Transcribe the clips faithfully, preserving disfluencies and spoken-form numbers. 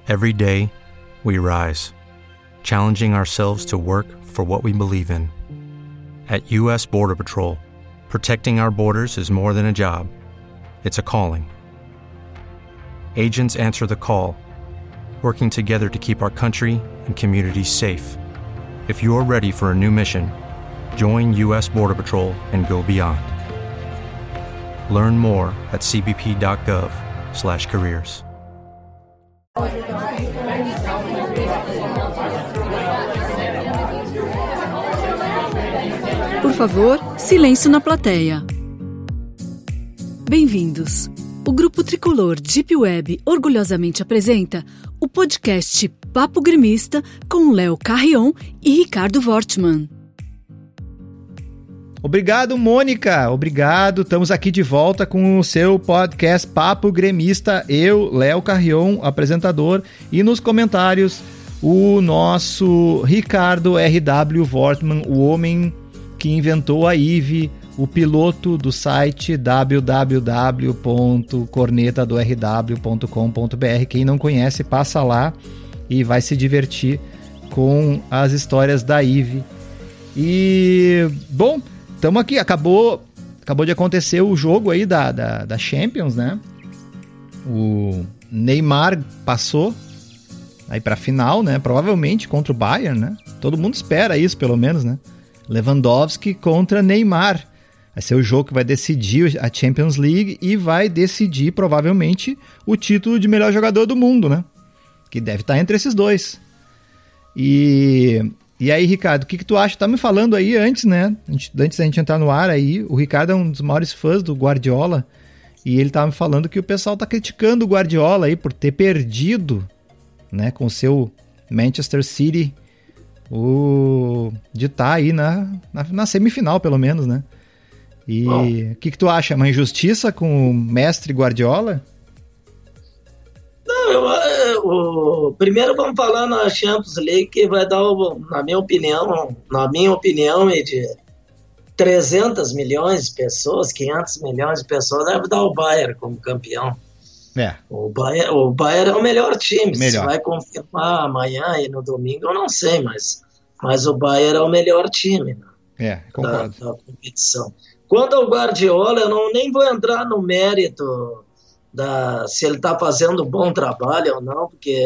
Every day, we rise, challenging ourselves to work for what we believe in. At U S Border Patrol, protecting our borders is more than a job. It's a calling. Agents answer the call, working together to keep our country and communities safe. If you're ready for a new mission, join U S Border Patrol and go beyond. Learn more at c b p dot gov slash careers. Por favor, silêncio na plateia. Bem-vindos. O Grupo Tricolor Deep Web orgulhosamente apresenta o podcast Papo Gremista com Léo Carrion e Ricardo Wortmann. Obrigado, Mônica. Obrigado. Estamos aqui de volta com o seu podcast Papo Gremista. Eu, Léo Carrion, apresentador, e nos comentários o nosso Ricardo R W Wortmann, o homem que inventou a I V E, o piloto do site w w w ponto corneta do r w ponto com ponto b r. Quem não conhece, passa lá e vai se divertir com as histórias da I V E. E, bom, estamos aqui. Acabou, acabou de acontecer o jogo aí da, da, da Champions, né? O Neymar passou aí para a final, né? Provavelmente contra o Bayern, né? Todo mundo espera isso, pelo menos, né? Lewandowski contra Neymar. Vai ser o jogo que vai decidir a Champions League e vai decidir, provavelmente, o título de melhor jogador do mundo, né? Que deve estar entre esses dois. E, e aí, Ricardo, o que, que tu acha? Tá me falando aí antes, né? Antes da gente entrar no ar aí, o Ricardo é um dos maiores fãs do Guardiola e ele tava me falando que o pessoal tá criticando o Guardiola aí por ter perdido, né, com o seu Manchester City, o de estar tá aí na, na, na semifinal, pelo menos, né? E o que, que tu acha? Uma injustiça com o mestre Guardiola? Não, eu, eu, primeiro vamos falar na Champions League, que vai dar, na minha opinião, na minha opinião, de trezentos milhões de pessoas, quinhentos milhões de pessoas, deve dar o Bayern como campeão. É. O Bayern, o Bayern é o melhor time. Melhor. Se vai confirmar amanhã e no domingo, eu não sei, mas, mas o Bayern é o melhor time, né, é, concordo. da, da competição. Quanto ao Guardiola, eu não, nem vou entrar no mérito da, se ele está fazendo um bom trabalho ou não, porque,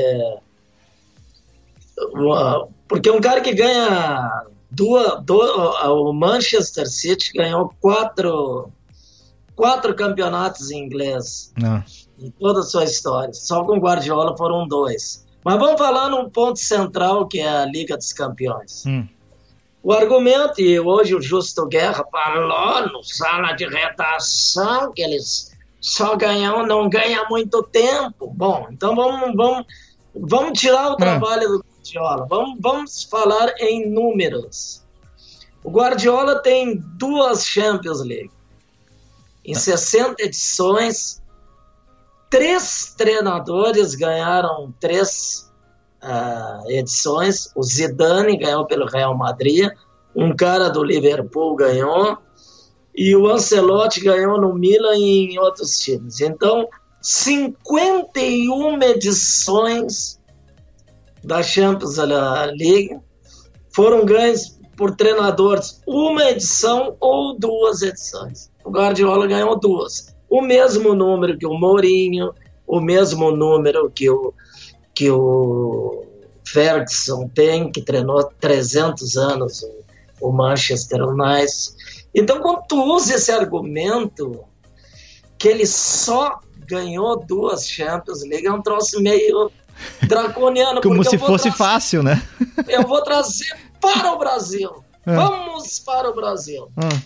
porque um cara que ganha duas, duas, o Manchester City ganhou quatro, quatro campeonatos em inglês. Não. Em toda a sua história. Só com o Guardiola foram dois. Mas vamos falar num ponto central, que é a Liga dos Campeões. Hum. O argumento, e hoje o Justo Guerra falou no sala de redação que eles só ganham, não ganham há muito tempo. Bom, então vamos, vamos, vamos tirar o hum. trabalho do Guardiola. Vamos, vamos falar em números. O Guardiola tem duas Champions League. Em ah. sessenta edições... Três treinadores ganharam três uh, edições. O Zidane ganhou pelo Real Madrid, um cara do Liverpool ganhou, e o Ancelotti ganhou no Milan e em outros times. Então, cinquenta e uma edições da Champions League foram ganhas por treinadores, uma edição ou duas edições. O Guardiola ganhou duas. O mesmo número que o Mourinho, o mesmo número que o, que o Ferguson tem, que treinou trezentos anos o, o Manchester United. Então, quando tu usa esse argumento que ele só ganhou duas Champions League, é um troço meio draconiano. Como se fosse trazer, fácil, né? Eu vou trazer para o Brasil. Ah. Vamos para o Brasil. Ah.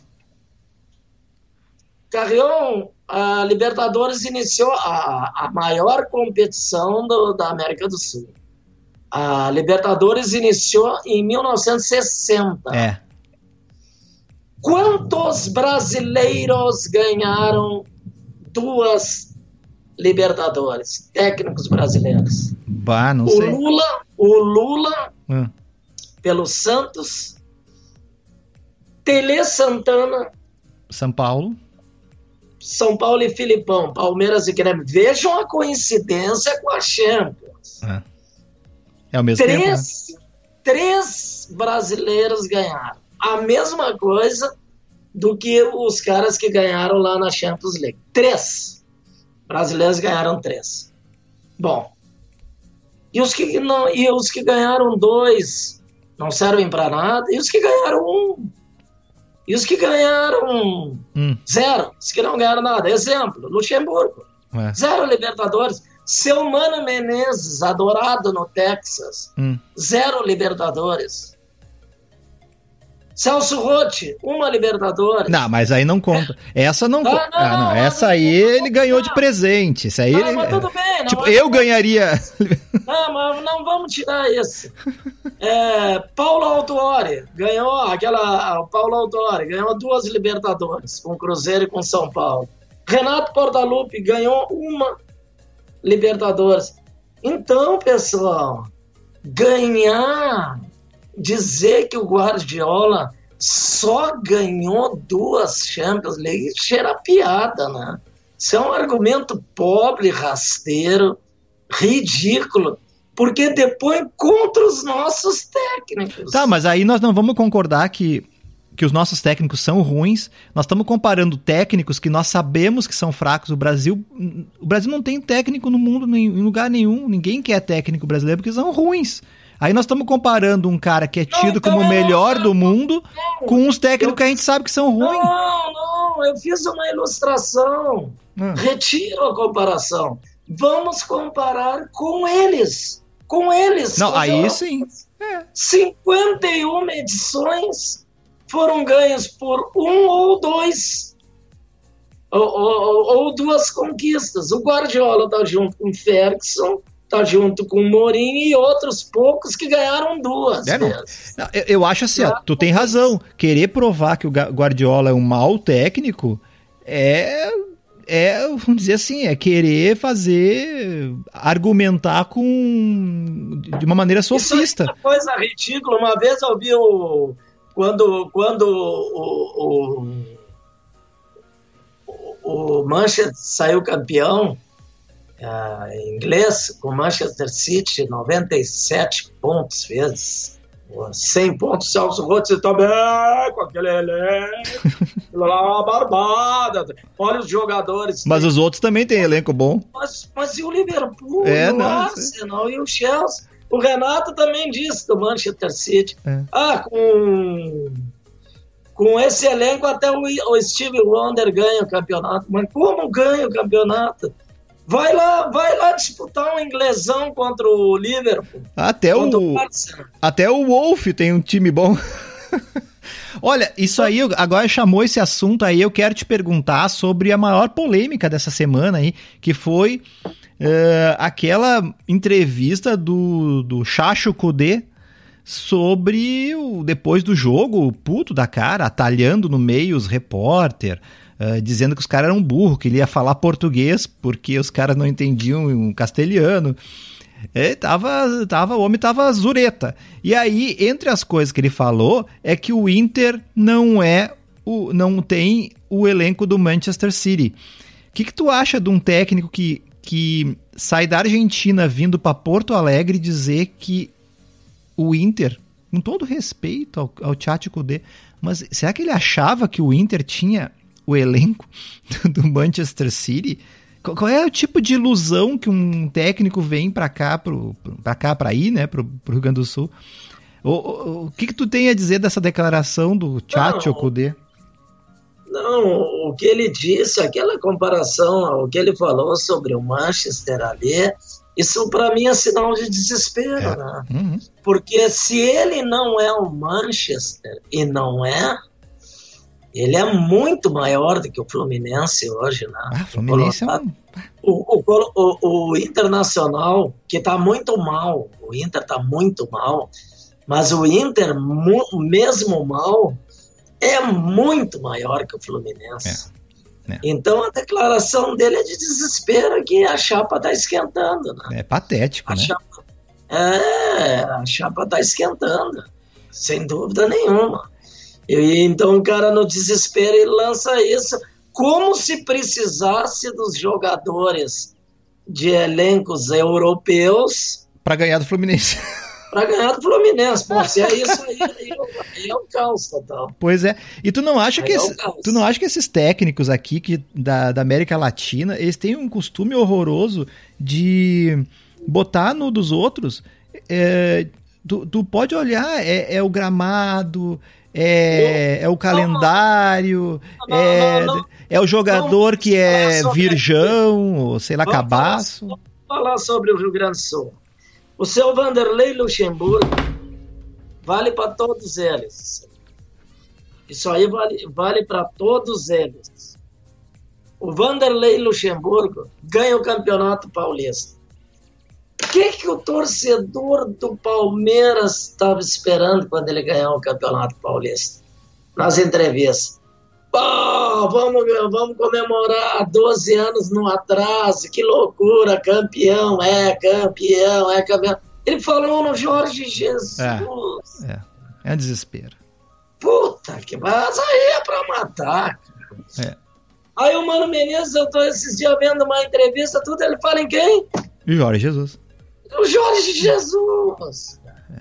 Carrion, a Libertadores iniciou a, a maior competição do, da América do Sul. A Libertadores iniciou em mil novecentos e sessenta. É. Quantos brasileiros ganharam duas Libertadores? Técnicos brasileiros. Bah, não o sei. Lula, o Lula, hum. pelo Santos. Tele Santana. São Paulo. São Paulo e Filipão, Palmeiras e Grêmio. Vejam a coincidência com a Champions. anos. É, é o mesmo três, tempo, né? Três brasileiros ganharam. A mesma coisa do que os caras que ganharam lá na Champions League. Três brasileiros ganharam três. Bom, e os que, não, e os que ganharam dois não servem para nada, e os que ganharam um, e os que ganharam hum. zero, os que não ganharam nada. Exemplo, Luxemburgo, é. zero Libertadores. Seu Mano Menezes, adorado no Texas, hum. zero Libertadores. Celso Rotti, uma Libertadores. Não, mas aí não conta. Essa não conta. Ah, não, ah, não. Essa aí ele ganhou de presente. Isso aí. Não, ele... mas tudo bem. Não, tipo, eu ganharia. Não, mas não vamos tirar isso. É, Paulo Autuori ganhou aquela. O Paulo Autuori ganhou duas Libertadores com o Cruzeiro e com São Paulo. Renato Portaluppi ganhou uma Libertadores. Então, pessoal, ganhar. Dizer que o Guardiola só ganhou duas Champions League cheira piada, né? Isso é um argumento pobre, rasteiro, ridículo, porque depõe contra os nossos técnicos. Tá, mas aí nós não vamos concordar que, que os nossos técnicos são ruins. Nós estamos comparando técnicos que nós sabemos que são fracos. O Brasil, o Brasil não tem técnico no mundo, em lugar nenhum. Ninguém quer técnico brasileiro porque são ruins. Aí nós estamos comparando um cara que é tido não, então como o melhor não, do mundo não, com uns técnicos eu, que a gente sabe que são ruins. Não, não, eu fiz uma ilustração. Hum. Retiro a comparação. Vamos comparar com eles. Com eles. Não, aí sim. É. cinquenta e uma edições foram ganhas por um ou dois. Ou, ou, ou duas conquistas. O Guardiola tá junto com o Ferguson, tá junto com o Mourinho e outros poucos que ganharam duas é, não. vezes. Não, eu, eu acho assim, ó, tu tem razão. Querer provar que o Guardiola é um mau técnico é, é, vamos dizer assim, é querer fazer, argumentar com de uma maneira sofista. Isso é uma coisa ridícula. Uma vez eu vi o quando, quando o, o, o Manchester saiu campeão Uh, em inglês, com o Manchester City, noventa e sete pontos vezes, cem pontos, Celso Rotti também, com aquele elenco, lá uma barbada, olha os jogadores. Mas tem... os outros também têm elenco bom. Mas, mas e o Liverpool, é, o não, Arsenal e o Chelsea? O Renato também disse do Manchester City, é. ah, com... com esse elenco até o, o Stevie Wonder ganha o campeonato, mas como ganha o campeonato? Vai lá, vai lá disputar um inglesão contra o Liverpool. Até o, o até o Wolf tem um time bom. Olha, isso aí, agora chamou esse assunto aí, eu quero te perguntar sobre a maior polêmica dessa semana aí, que foi uh, aquela entrevista do, do Chacho Kudê sobre o, depois do jogo, o puto da cara, atalhando no meio os repórter, Uh, dizendo que os caras eram burros, que ele ia falar português porque os caras não entendiam um castelhano. Ele tava, tava, o homem tava zureta. E aí, entre as coisas que ele falou, é que o Inter não é o, não tem o elenco do Manchester City. O que, que tu acha de um técnico que, que sai da Argentina vindo para Porto Alegre dizer que o Inter, com todo respeito ao, ao Tchatcho Kudê, mas será que ele achava que o Inter tinha o elenco do Manchester City? Qual é o tipo de ilusão que um técnico vem para cá, pro, pra cá, para ir, né, pro, pro Rio Grande do Sul? O, o, o que que tu tem a dizer dessa declaração do Tchatcho Kudê? Não, o que ele disse, aquela comparação ao que ele falou sobre o Manchester ali, isso para mim é sinal de desespero, é. né? Uhum. Porque se ele não é o Manchester, e não é, ele é muito maior do que o Fluminense hoje, né? Ah, Fluminense é um... o, o, o, o Internacional, que está muito mal, o Inter está muito mal, mas o Inter, mu, mesmo mal, é muito maior que o Fluminense. É, é. Então a declaração dele é de desespero, que a chapa está esquentando, né? É patético, a né? Chapa, é, a chapa está esquentando, sem dúvida nenhuma. E então o cara no desespero ele lança isso como se precisasse dos jogadores de elencos europeus para ganhar do Fluminense. Para ganhar do Fluminense. Pô, se é isso aí, aí, aí é o caos total. Pois é. E tu não acha, que, é esse, tu não acha que esses técnicos aqui que, da, da América Latina, eles têm um costume horroroso de botar no dos outros? É, tu, tu pode olhar, é, é o gramado, é, é o calendário, não, é, não, não, é o jogador que é virgão, ou sei lá, cabaço. Vamos falar sobre o Rio Grande do Sul. O seu Vanderlei Luxemburgo vale para todos eles. Isso aí vale, vale para todos eles. O Vanderlei Luxemburgo ganha o Campeonato Paulista. O que, que o torcedor do Palmeiras estava esperando quando ele ganhou o Campeonato Paulista? Nas entrevistas. Pô, vamos, vamos comemorar doze anos no atraso, que loucura, campeão, é campeão, é campeão. Ele falou no Jorge Jesus. É, é, é desespero. Puta que mas aí é pra matar. É. Aí o Mano Menezes, eu tô esses dias vendo uma entrevista, tudo, ele fala em quem? Jorge Jesus. O Jorge Jesus.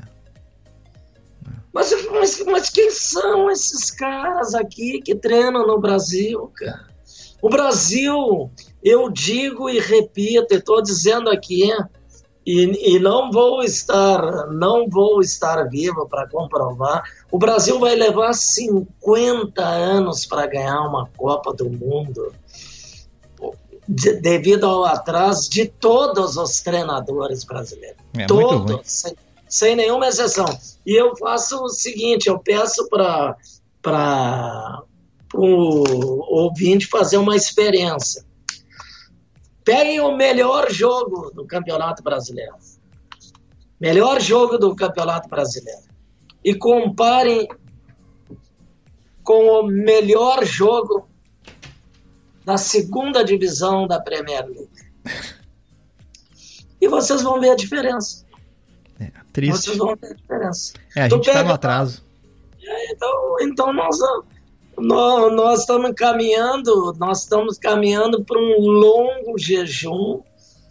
Mas, mas, mas quem são esses caras aqui que treinam no Brasil, cara? O Brasil, eu digo e repito, estou dizendo aqui, e, e não vou estar, não vou estar vivo para comprovar, o Brasil vai levar cinquenta anos para ganhar uma Copa do Mundo, de, devido ao atraso de todos os treinadores brasileiros. É, todos, sem, sem nenhuma exceção. E eu faço o seguinte, eu peço para para o ouvinte fazer uma experiência. Peguem o melhor jogo do Campeonato Brasileiro. Melhor jogo do Campeonato Brasileiro. E comparem com o melhor jogo da segunda divisão da Premier League. E vocês vão ver a diferença. É, triste. Vocês vão ver a diferença. É, a gente está no atraso. Então, então nós, nós, nós estamos caminhando, nós estamos caminhando para um longo jejum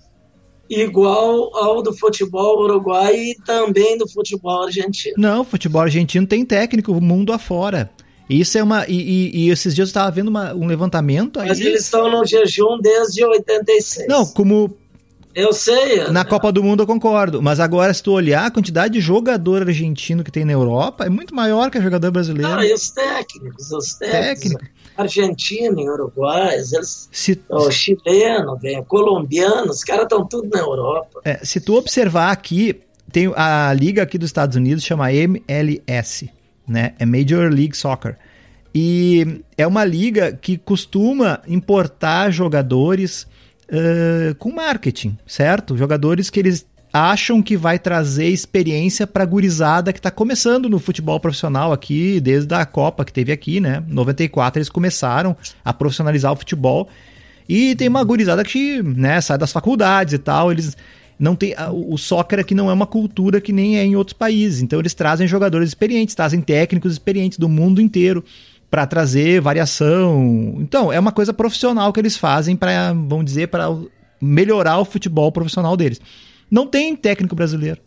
igual ao do futebol uruguai e também do futebol argentino. Não, o futebol argentino tem técnico mundo afora. Isso é uma. E, e, e esses dias eu estava vendo uma, um levantamento aí. Mas eles estão no jejum desde oitenta e seis. Não, como. Eu sei. Na né? Copa do Mundo eu concordo, mas agora se tu olhar a quantidade de jogador argentino que tem na Europa é muito maior que a jogador brasileiro. Ah, e os técnicos, os técnicos, Técnico. argentinos, uruguaios, eles, se, o chileno, vem, colombiano, os caras estão tudo na Europa. É, se tu observar aqui, tem a liga aqui dos Estados Unidos chama M L S, né? É Major League Soccer. E é uma liga que costuma importar jogadores Uh, com marketing, certo? Jogadores que eles acham que vai trazer experiência para a gurizada que está começando no futebol profissional aqui, desde a Copa que teve aqui, né? Em noventa e quatro eles começaram a profissionalizar o futebol e tem uma gurizada que, né, sai das faculdades e tal, eles não tem, o soccer aqui não é uma cultura que nem é em outros países, então eles trazem jogadores experientes, trazem técnicos experientes do mundo inteiro para trazer variação. Então, é uma coisa profissional que eles fazem para, vamos dizer, para melhorar o futebol profissional deles. Não tem técnico brasileiro.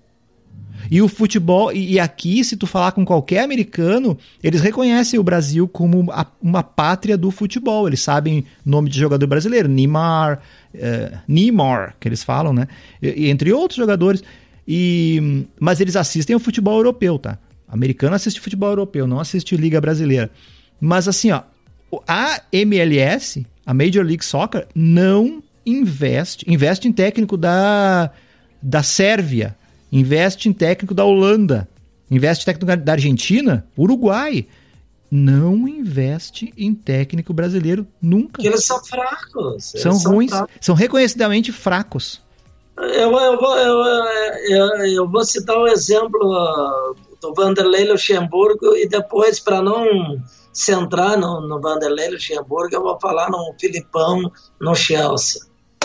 E o futebol, e aqui, se tu falar com qualquer americano, eles reconhecem o Brasil como a, uma pátria do futebol. Eles sabem nome de jogador brasileiro, Neymar, uh, Neymar, que eles falam, né? E, entre outros jogadores. E, mas eles assistem ao futebol europeu, tá? Americano assiste futebol europeu, não assiste Liga Brasileira. Mas assim, ó, a M L S, a Major League Soccer, não investe, investe em técnico da, da Sérvia, investe em técnico da Holanda, investe em técnico da Argentina, Uruguai. Não investe em técnico brasileiro nunca. Porque eles são fracos. São eles ruins, são, fracos. São reconhecidamente fracos. Eu, eu, vou, eu, eu, eu vou citar o exemplo do Vanderlei Luxemburgo e depois, para não centrar no, no Vanderlei Luxemburgo, eu vou falar no Filipão, no Chelsea.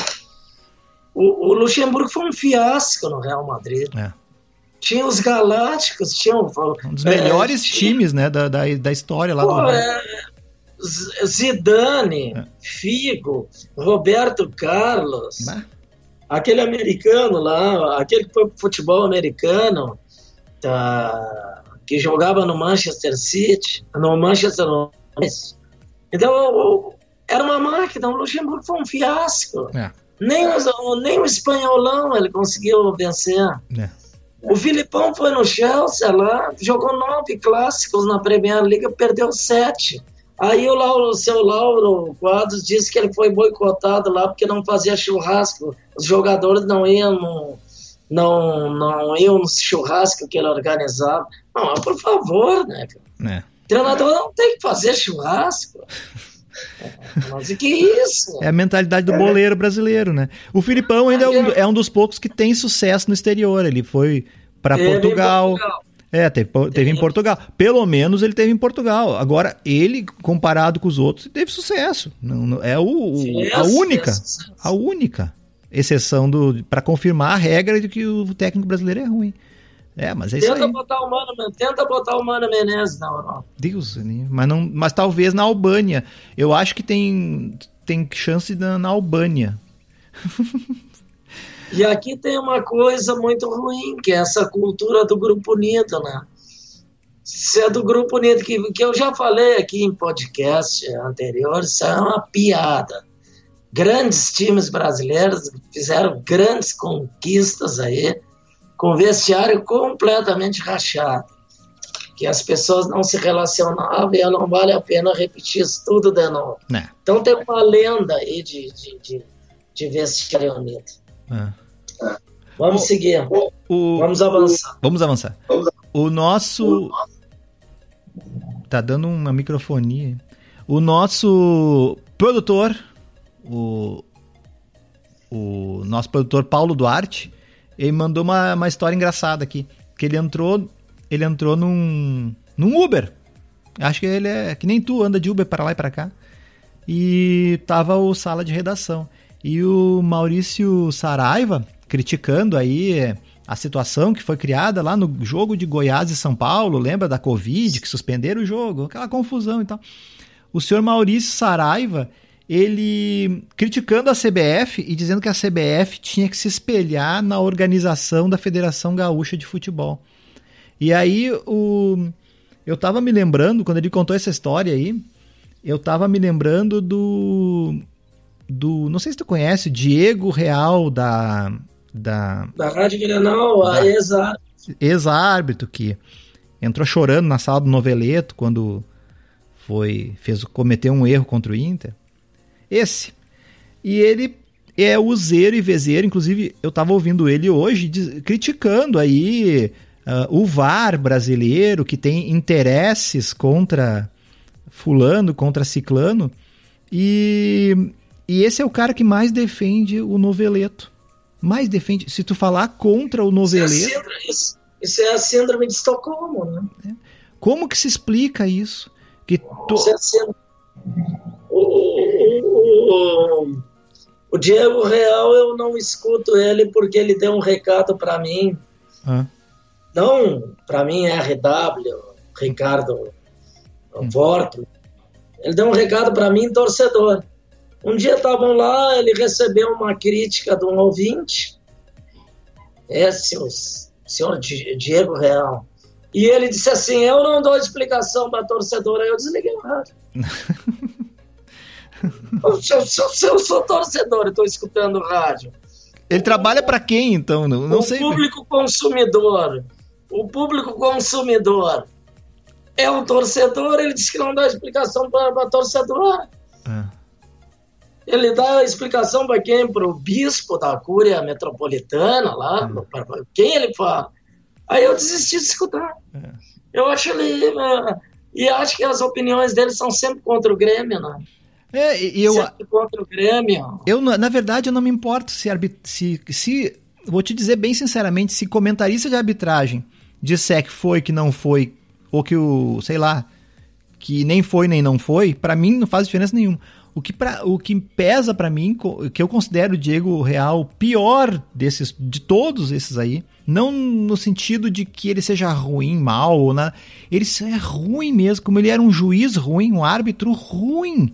O, o Luxemburgo foi um fiasco no Real Madrid. É. Tinha os Galácticos, tinha um, um dos melhores é, times, né, da, da, da história lá pô, do é, Zidane, é. Figo, Roberto Carlos. Bah. aquele americano lá, aquele que foi pro futebol americano, tá, que jogava no Manchester City, no Manchester United. Então, era uma máquina, o Luxemburgo foi um fiasco. É. Nem, o, nem o espanholão ele conseguiu vencer. É. O Filipão foi no Chelsea lá, jogou nove clássicos na Premier League, perdeu sete. Aí o, Lauro, o seu Lauro Quadros disse que ele foi boicotado lá porque não fazia churrasco. Os jogadores não iam no, não, não iam no churrasco que ele organizava. Não, por favor, né? É. O treinador não tem que fazer churrasco. Mas o que é isso? É a mentalidade do é. boleiro brasileiro, né? O Filipão ainda é um, é um dos poucos que tem sucesso no exterior. Ele foi para Portugal. Portugal. É, teve, teve em Portugal. Pelo menos ele teve em Portugal. Agora, ele, comparado com os outros, teve sucesso. Não, não, é o, o, a única, a única exceção para confirmar a regra de que o técnico brasileiro é ruim. É, mas é tenta isso aí. Botar o Mano, tenta botar o Mano Menezes na Europa. Deus, mas, não, mas talvez na Albânia. Eu acho que tem, tem chance na, na Albânia. E aqui tem uma coisa muito ruim, que é essa cultura do Grupo Unido, né? Se é do Grupo Unido, que, que eu já falei aqui em podcast anteriores, isso é uma piada. Grandes times brasileiros fizeram grandes conquistas aí, com vestiário completamente rachado, que as pessoas não se relacionavam e não vale a pena repetir isso tudo de novo. Não. Então tem uma lenda aí de, de, de, de vestiário unido. Ah. Vamos o, seguir. O, vamos avançar. Vamos avançar. O nosso... Tá dando uma microfonia. O nosso produtor, o, o nosso produtor Paulo Duarte, ele mandou uma, uma história engraçada aqui. Que ele entrou, ele entrou num, num Uber. Acho que ele é que nem tu, anda de Uber para lá e para cá. E tava o sala de redação. E o Maurício Saraiva criticando aí a situação que foi criada lá no jogo de Goiás e São Paulo, lembra da Covid, que suspenderam o jogo, aquela confusão e tal. O senhor Maurício Saraiva, ele criticando a C B F e dizendo que a C B F tinha que se espelhar na organização da Federação Gaúcha de Futebol. E aí, o... eu tava me lembrando, quando ele contou essa história aí, eu tava me lembrando do... do não sei se tu conhece, Diego Real, da... Da, da Rádio Grenal, a ex-árbitro. Ex-árbitro que entrou chorando na sala do Noveleto quando foi, fez, cometeu um erro contra o Inter. Esse. E ele é useiro e vezeiro, inclusive eu estava ouvindo ele hoje diz, criticando aí uh, o V A R brasileiro, que tem interesses contra fulano, contra ciclano, e, e esse é o cara que mais defende o Noveleto. Mais defende, se tu falar contra o Noveleto... Isso é, síndrome, isso, isso é a síndrome de Estocolmo, né? É. Como que se explica isso? Que tu... Isso é a síndrome. O, o, o, o Diego Real, eu não escuto ele porque ele deu um recado para mim. Ah. Não para mim, R W, Ricardo hum. Vorto. Ele deu um recado para mim, torcedor. Um dia estavam lá, ele recebeu uma crítica de um ouvinte, esse o senhor Diego Real, e ele disse assim, eu não dou explicação para a torcedora, eu desliguei o rádio. Se eu, eu, eu sou torcedor e estou escutando o rádio. Ele trabalha para quem, então? Não, não o sei. O público consumidor, o público consumidor é um torcedor, ele disse que não dá explicação para a torcedora. É. Ele dá explicação para quem? Para o bispo da Cúria Metropolitana lá, hum. pra, pra quem ele fala. Aí eu desisti de escutar. É. Eu acho ele... Uh, e acho que as opiniões dele são sempre contra o Grêmio, né? É, e eu... Sempre contra o Grêmio. Eu, na verdade, eu não me importo se, se, se... Vou te dizer bem sinceramente, se comentarista de arbitragem disser que foi, que não foi, ou que o... sei lá, que nem foi, nem não foi, para mim não faz diferença nenhuma. O que, pra, o que pesa para mim, que eu considero o Diego Real pior desses, de todos esses aí, não no sentido de que ele seja ruim, mal, ou nada, ele é ruim mesmo, como ele era um juiz ruim, um árbitro ruim.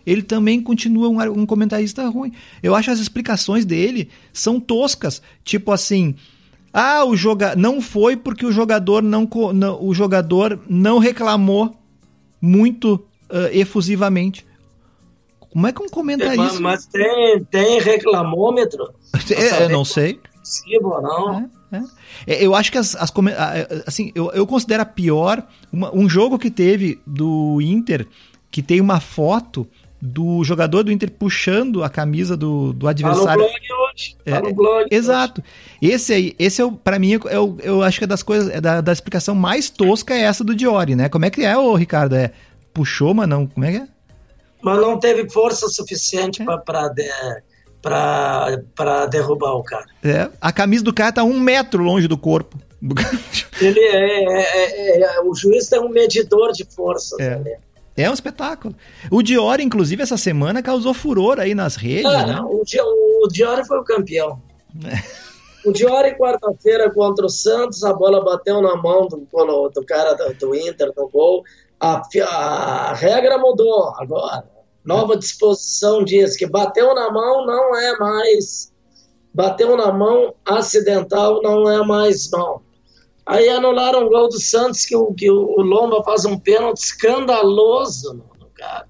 ele também continua um, um comentarista ruim. Eu acho as explicações dele são toscas. Tipo assim, ah, o joga... não foi porque o jogador não, não, o jogador não reclamou muito uh, efusivamente. Como é que um comentarista... Mas, mas tem, tem reclamômetro? É, eu não sei. Possível, não? É, é. Eu acho que as, as assim, eu, eu considero a pior uma, um jogo que teve do Inter, que tem uma foto do jogador do Inter puxando a camisa do, do adversário. Tá no blog hoje. Tá é, no blog exato. Hoje. Esse aí, esse é o, pra mim, eu, eu acho que é das coisas, é da, da explicação mais tosca é essa do Diori, né? Como é que é, ô Ricardo? É, puxou, mas não, como é que é? Mas não teve força suficiente é. pra, pra, de, pra, pra derrubar o cara. É, a camisa do cara tá um metro longe do corpo. Ele é, é, é, o juiz tem um medidor de forças. É. Ali. É um espetáculo. O Diori, inclusive, essa semana causou furor aí nas redes. É, né? o, o Diori foi o campeão. É. O Diori, quarta-feira, contra o Santos, a bola bateu na mão do, do cara do, do Inter, no gol. A, a regra mudou agora. Nova disposição diz que bateu na mão não é mais... Bateu na mão acidental não é mais mão. Aí anularam o gol do Santos, que o, que o Lomba faz um pênalti escandaloso no, no cara.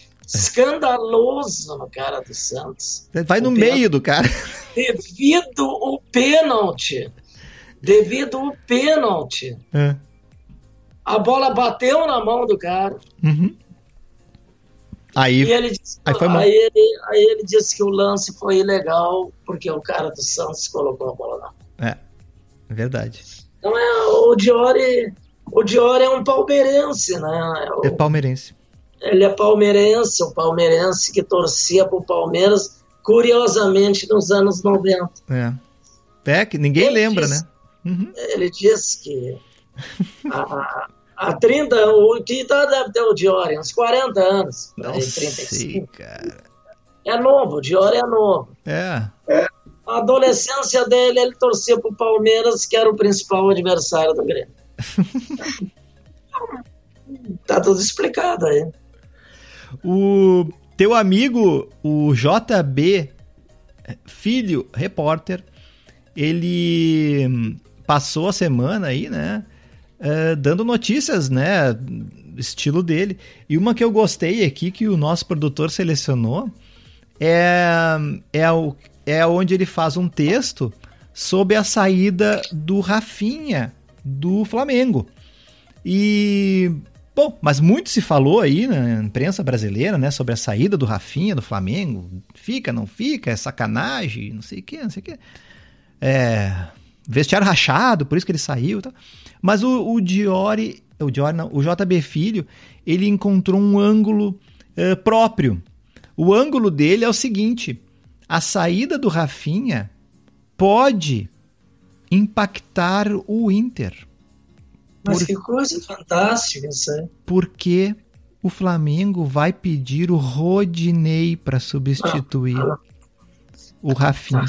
Escandaloso no cara do Santos. Vai no meio do cara. Devido o pênalti. Devido o pênalti. É. A bola bateu na mão do cara. Uhum. Aí, e ele disse, aí, foi aí, ele, aí ele disse que o lance foi ilegal porque o cara do Santos colocou a bola na mão. É, é verdade. Então é, o Diori, o Diori é um palmeirense, né? É, o, é palmeirense. Ele é palmeirense, um palmeirense que torcia pro Palmeiras, curiosamente, nos anos noventa. É, é que ninguém ele lembra, disse, né? Uhum. Ele disse que há, há trinta, que idade deve ter o Diori? Uns quarenta anos. Não aí, sei, trinta e cinco. cara. É novo, o Diori é novo. É. É. A adolescência dele, ele torcia pro Palmeiras, que era o principal adversário do Grêmio. Tá tudo explicado aí. O teu amigo, o J B Filho, repórter, ele passou a semana aí, né, uh, dando notícias, né, estilo dele. E uma que eu gostei aqui, que o nosso produtor selecionou, é, é, o, é onde ele faz um texto sobre a saída do Rafinha do Flamengo. E... Bom, mas muito se falou aí na imprensa brasileira, né, sobre a saída do Rafinha do Flamengo. Fica, não fica, é sacanagem, não sei o que, não sei o que. É, vestiário rachado, por isso que ele saiu e tal. Mas o, o Diori, o Diori não, o J B Filho, ele encontrou um ângulo uh, próprio. O ângulo dele é o seguinte: a saída do Rafinha pode impactar o Inter. Mas Por... que coisa fantástica isso aí. Porque o Flamengo vai pedir o Rodinei para substituir ah, ah, o Rafinha.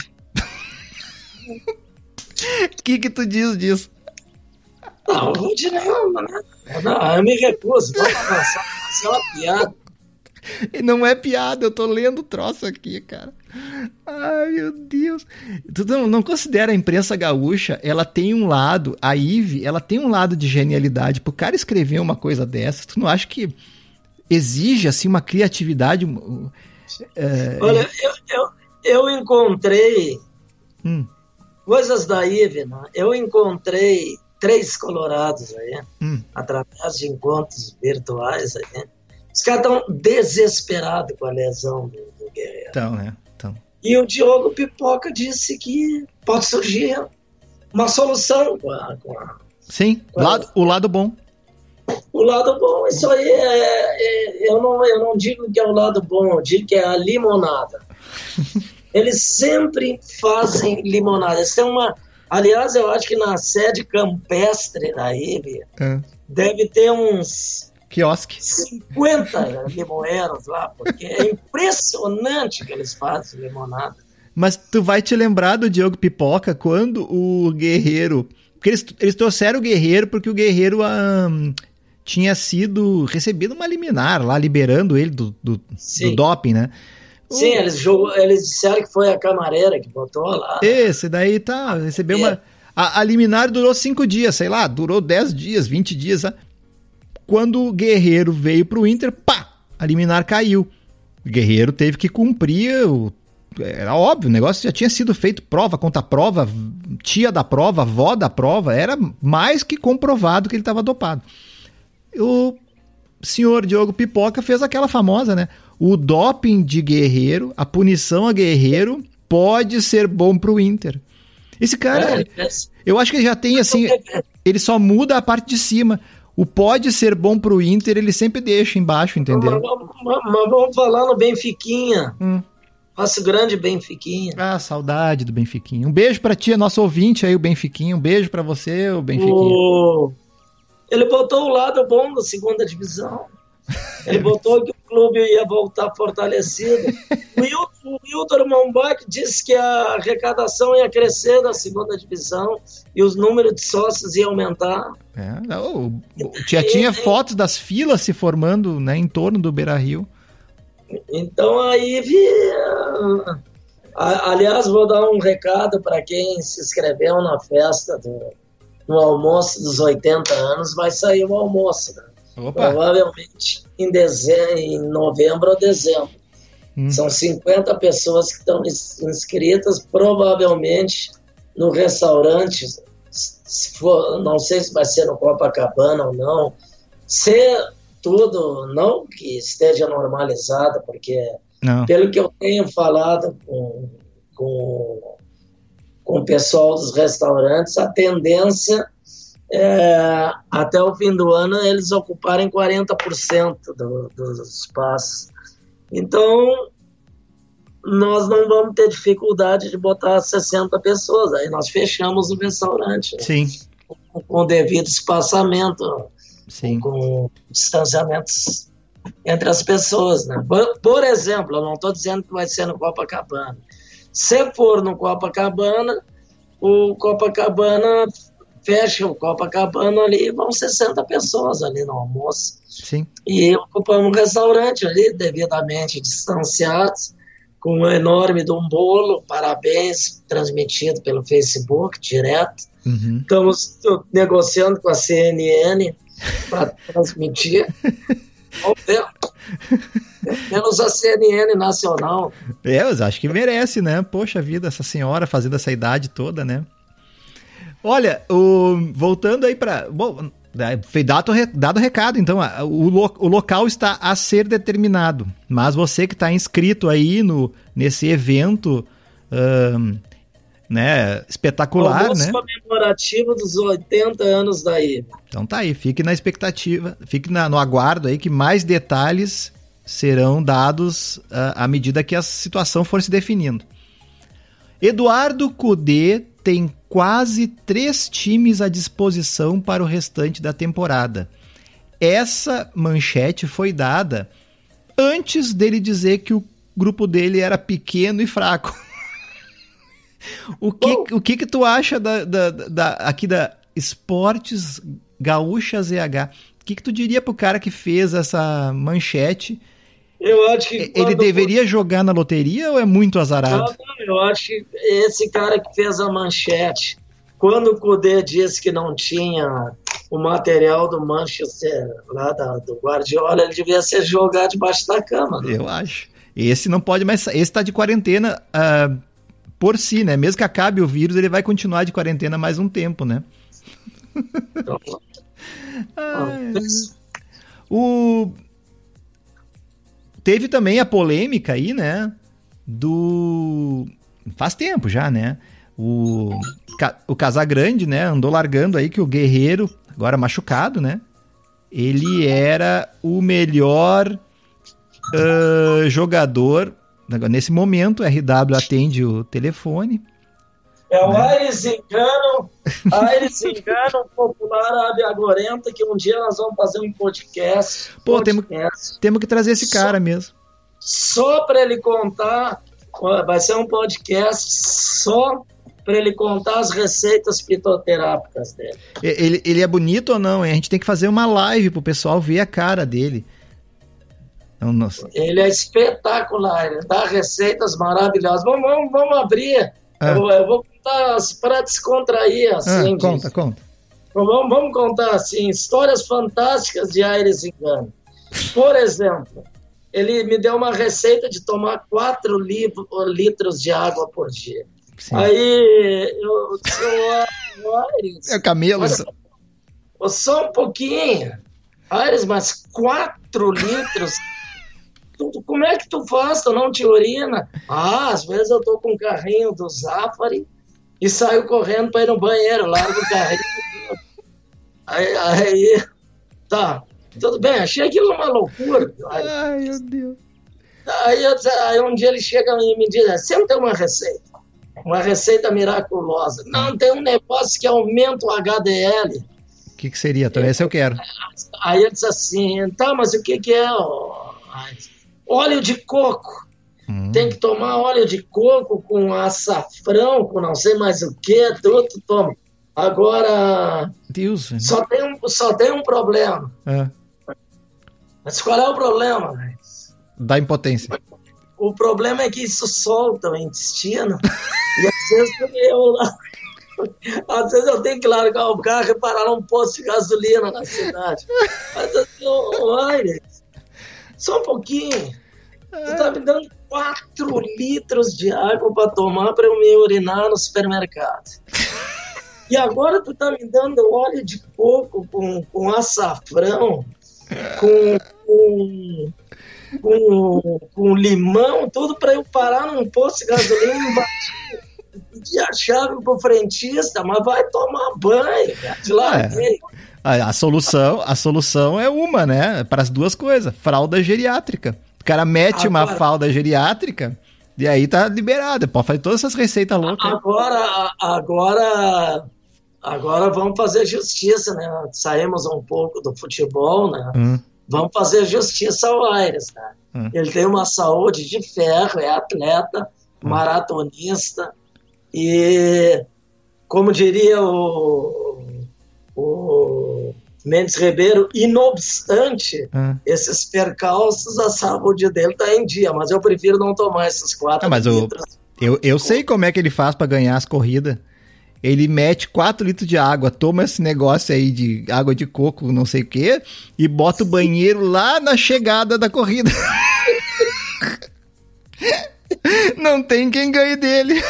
O que que tu diz disso? Não, o Rodinei não, não, eu me recuso. Vamos avançar. Isso é uma piada. Não é piada, eu tô lendo o troço aqui, cara. Ai, meu Deus. Tu não, não considera a imprensa gaúcha, ela tem um lado, a Ive, ela tem um lado de genialidade. Pro cara escrever uma coisa dessa, tu não acha que exige, assim, uma criatividade? É... Olha, eu, eu, eu encontrei hum. coisas da Ive, né? Eu encontrei três colorados aí, hum. através de encontros virtuais aí. Os caras estão desesperados com a lesão do, do Guerreiro. Então, né? Então. E o Diogo Pipoca disse que pode surgir uma solução com a... Com a Sim, com a... Lado, o lado bom. O lado bom, isso aí é, é... eu, não, eu não digo que é o lado bom, eu digo que é a limonada. Eles sempre fazem limonada. Eles têm uma... Aliás, eu acho que na sede campestre da Ive é. deve ter uns... Quiosque. cinquenta limoeiros lá, porque é impressionante que eles fazem limonada. Mas tu vai te lembrar do Diogo Pipoca quando o Guerreiro... Porque eles, eles trouxeram o Guerreiro porque o Guerreiro um, tinha sido recebido uma liminar lá, liberando ele do, do, do doping, né? Sim, o... eles, jogou, eles disseram que foi a camareira que botou lá. Esse daí tá, recebeu é. uma... A, a liminar durou cinco dias, sei lá, durou dez dias, vinte dias. Né? Quando o Guerreiro veio pro Inter, pá, a liminar caiu. O Guerreiro teve que cumprir o... Era óbvio, o negócio já tinha sido feito, prova contra prova, tia da prova, avó da prova, era mais que comprovado que ele estava dopado. O senhor Diogo Pipoca fez aquela famosa, né? O doping de Guerreiro, a punição a Guerreiro pode ser bom pro Inter. Esse cara, é, eu acho que ele já tem assim, ele só muda a parte de cima. O pode ser bom pro Inter, ele sempre deixa embaixo, entendeu? Mas, mas, mas vamos falar no Benfiquinha. Hum. Nosso grande Benfiquinha. Ah, saudade do Benfiquinha. Um beijo pra ti, nosso ouvinte aí, o Benfiquinha. Um beijo pra você, o Benfiquinha. O... Ele botou o lado bom da segunda divisão. Ele botou que o clube ia voltar fortalecido. O Hilton, o Hilton Mombach disse que a arrecadação ia crescer da segunda divisão e os números de sócios iam aumentar. É, não, já tinha fotos das filas se formando, né, em torno do Beira-Rio. Então aí, aliás, vou dar um recado para quem se inscreveu na festa do, no almoço dos oitenta anos, vai sair o almoço, né? Opa. Provavelmente em, dezembro, em novembro ou dezembro. Hum. São cinquenta pessoas que estão inscritas, provavelmente no restaurante, se for, não sei se vai ser no Copacabana ou não, se tudo, não que esteja normalizado, porque não. Pelo que eu tenho falado com, com, com o pessoal dos restaurantes, a tendência é, até o fim do ano, eles ocuparem quarenta por cento do, dos espaços. Então, nós não vamos ter dificuldade de botar sessenta pessoas, aí nós fechamos o restaurante. Sim. Com, com o devido espaçamento, Sim. com distanciamentos entre as pessoas, né? Por, por exemplo, eu não estou dizendo que vai ser no Copacabana. Se for no Copacabana, o Copacabana fecha o Copacabana ali, vão sessenta pessoas ali no almoço. Sim. E ocupamos um restaurante ali, devidamente distanciados, com um enorme de um bolo, parabéns, transmitido pelo Facebook, direto. Uhum. Estamos negociando com a C N N para transmitir. Vamos ver. Menos a C N N nacional. É, eu acho que merece, né? Poxa vida, essa senhora fazendo essa idade toda, né? Olha, o, voltando aí para... Bom, foi dado, dado o recado, então, o, lo, o local está a ser determinado, mas você que está inscrito aí no, nesse evento um, né, espetacular, almoço, né? Comemorativo dos oitenta anos da I B A. Então tá aí, fique na expectativa, fique na, no aguardo aí que mais detalhes serão dados uh, à medida que a situação for se definindo. Eduardo Cudê tem quase três times à disposição para o restante da temporada. Essa manchete foi dada antes dele dizer que o grupo dele era pequeno e fraco. o, que, oh. o que que tu acha da, da, da, aqui da Esportes Gaúcha Z H? O que que tu diria pro cara que fez essa manchete? Eu acho que ele deveria jogar na loteria ou é muito azarado? Não, não, eu acho que esse cara que fez a manchete, quando o Cudê disse que não tinha o material do Manchester, lá da, do Guardiola, ele devia ser jogado debaixo da cama. Né? Eu acho. Esse não pode mais... Esse está de quarentena uh, por si, né? Mesmo que acabe o vírus, ele vai continuar de quarentena mais um tempo, né? Então, ah, o... Teve também a polêmica aí, né, do... Faz tempo já, né? O, o Casagrande, né, andou largando aí que o Guerreiro, agora machucado, né? Ele era o melhor uh, jogador... Nesse momento, o R W atende o telefone. É o né? Aires Engano, Aires Engano, popular Ave Agorenta, que um dia nós vamos fazer um podcast. Pô, podcast. Temos, temos que trazer esse cara só, mesmo. Só para ele contar, vai ser um podcast só para ele contar as receitas fitoterápicas dele. Ele, ele é bonito ou não? A gente tem que fazer uma live pro pessoal ver a cara dele. Não, nossa. Ele é espetacular, ele dá receitas maravilhosas. Vamos, vamos, vamos abrir. Ah. Eu, eu vou contar para descontrair, assim. Ah, conta, diz. conta. Vamos, vamos contar, assim, histórias fantásticas de Aires Engano. Por exemplo, ele me deu uma receita de tomar quatro litros de água por dia. Sim. Aí eu disse, Aires... É o camelo. Olha, só um pouquinho. Aires, mas quatro litros... Tu, como é que tu faz? Tu não te urina? Ah, às vezes eu tô com o carrinho do Zafari e saio correndo para ir no banheiro, largo o carrinho. Aí, aí, tá, tudo bem, achei aquilo uma loucura. Aí, ai, meu Deus. Aí, eu, aí um dia ele chega e me diz, você não tem uma receita, uma receita miraculosa. Não, tem um negócio que aumenta o H D L. O que, que seria? Então, esse eu quero. Aí ele diz assim, tá, mas o que que é? Óleo de coco. Hum. Tem que tomar óleo de coco com açafrão, com não sei mais o que, tudo toma. Agora, Deus, só, tem um, só tem um problema. É. Mas qual é o problema? Da impotência. O problema é que isso solta o intestino e às vezes eu, às vezes eu tenho que largar o carro e parar num posto de gasolina na cidade. Mas assim, olha, só um pouquinho. Tu tá me dando quatro litros de água para tomar para eu me urinar no supermercado. E agora tu tá me dando óleo de coco com, com açafrão, com, com, com, com limão, tudo para eu parar num posto de gasolina e bater, pedir a chave pro frentista, mas vai tomar banho, cara, de larguei. É. A, a, solução, a solução é uma, né? Para as duas coisas, fralda geriátrica. O cara mete agora, uma fralda geriátrica e aí tá liberado. Pode fazer todas essas receitas loucas. Agora, agora, agora vamos fazer justiça, né? Saímos um pouco do futebol, né? Hum. Vamos fazer justiça ao Aires, né? Hum. Ele tem uma saúde de ferro, é atleta, hum. maratonista e, como diria o, o Mendes Ribeiro, inobstante hum. esses percalços, a saúde dele tá em dia, mas eu prefiro não tomar esses quatro ah, mas litros. Eu, eu, eu sei como é que ele faz para ganhar as corridas. Ele mete quatro litros de água, toma esse negócio aí de água de coco, não sei o quê, e bota o banheiro lá na chegada da corrida. Não tem quem ganhe dele.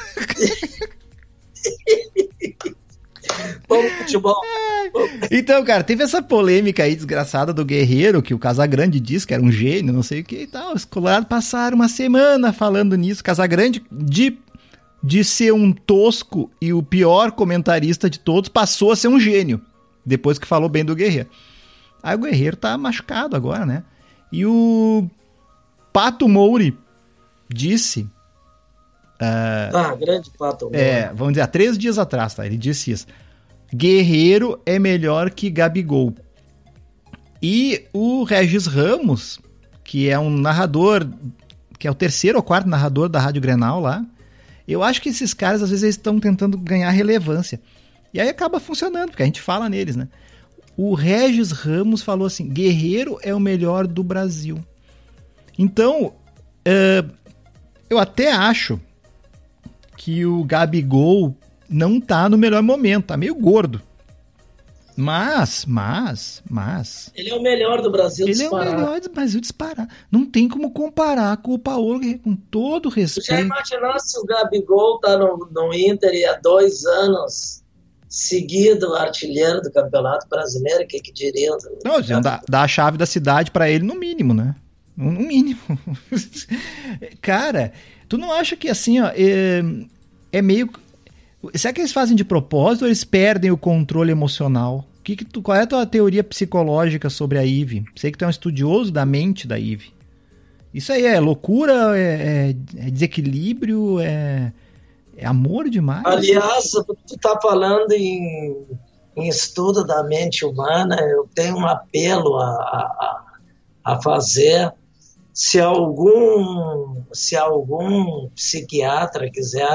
Vamos futebol. Então, cara, teve essa polêmica aí desgraçada do Guerreiro, que o Casagrande disse que era um gênio, não sei o que e tal. Os Colorados passaram uma semana falando nisso. Casagrande, de, de ser um tosco e o pior comentarista de todos, passou a ser um gênio, depois que falou bem do Guerreiro. Aí o Guerreiro tá machucado agora, né? E o Pato Mouri disse... Uh, ah, grande Pato Mouri. É, vamos dizer, há três dias atrás, tá? Ele disse isso. Guerreiro é melhor que Gabigol. E o Regis Ramos, que é um narrador, que é o terceiro ou quarto narrador da Rádio Grenal lá, eu acho que esses caras, às vezes, eles estão tentando ganhar relevância. E aí acaba funcionando, porque a gente fala neles, né? O Regis Ramos falou assim, Guerreiro é o melhor do Brasil. Então, uh, eu até acho que o Gabigol não tá no melhor momento, tá meio gordo. Mas, mas, mas... Ele é o melhor do Brasil disparado. Ele é o melhor do Brasil disparado. Não tem como comparar com o Paulo, com todo respeito. Já imaginou se o Gabigol tá no, no Inter e há dois anos seguido artilheiro do Campeonato Brasileiro? O que que diria? Não, dá, dá a chave da cidade pra ele no mínimo, né? No mínimo. Cara, tu não acha que assim, ó, é, é meio... Será que eles fazem de propósito ou eles perdem o controle emocional? Que que tu, qual é a tua teoria psicológica sobre a Ive? Sei que tu é um estudioso da mente da Ive. Isso aí é loucura? É, é, é desequilíbrio? É, é amor demais? Aliás, tu tá falando em, em estudo da mente humana, eu tenho um apelo a, a, a fazer. Se algum, se algum psiquiatra quiser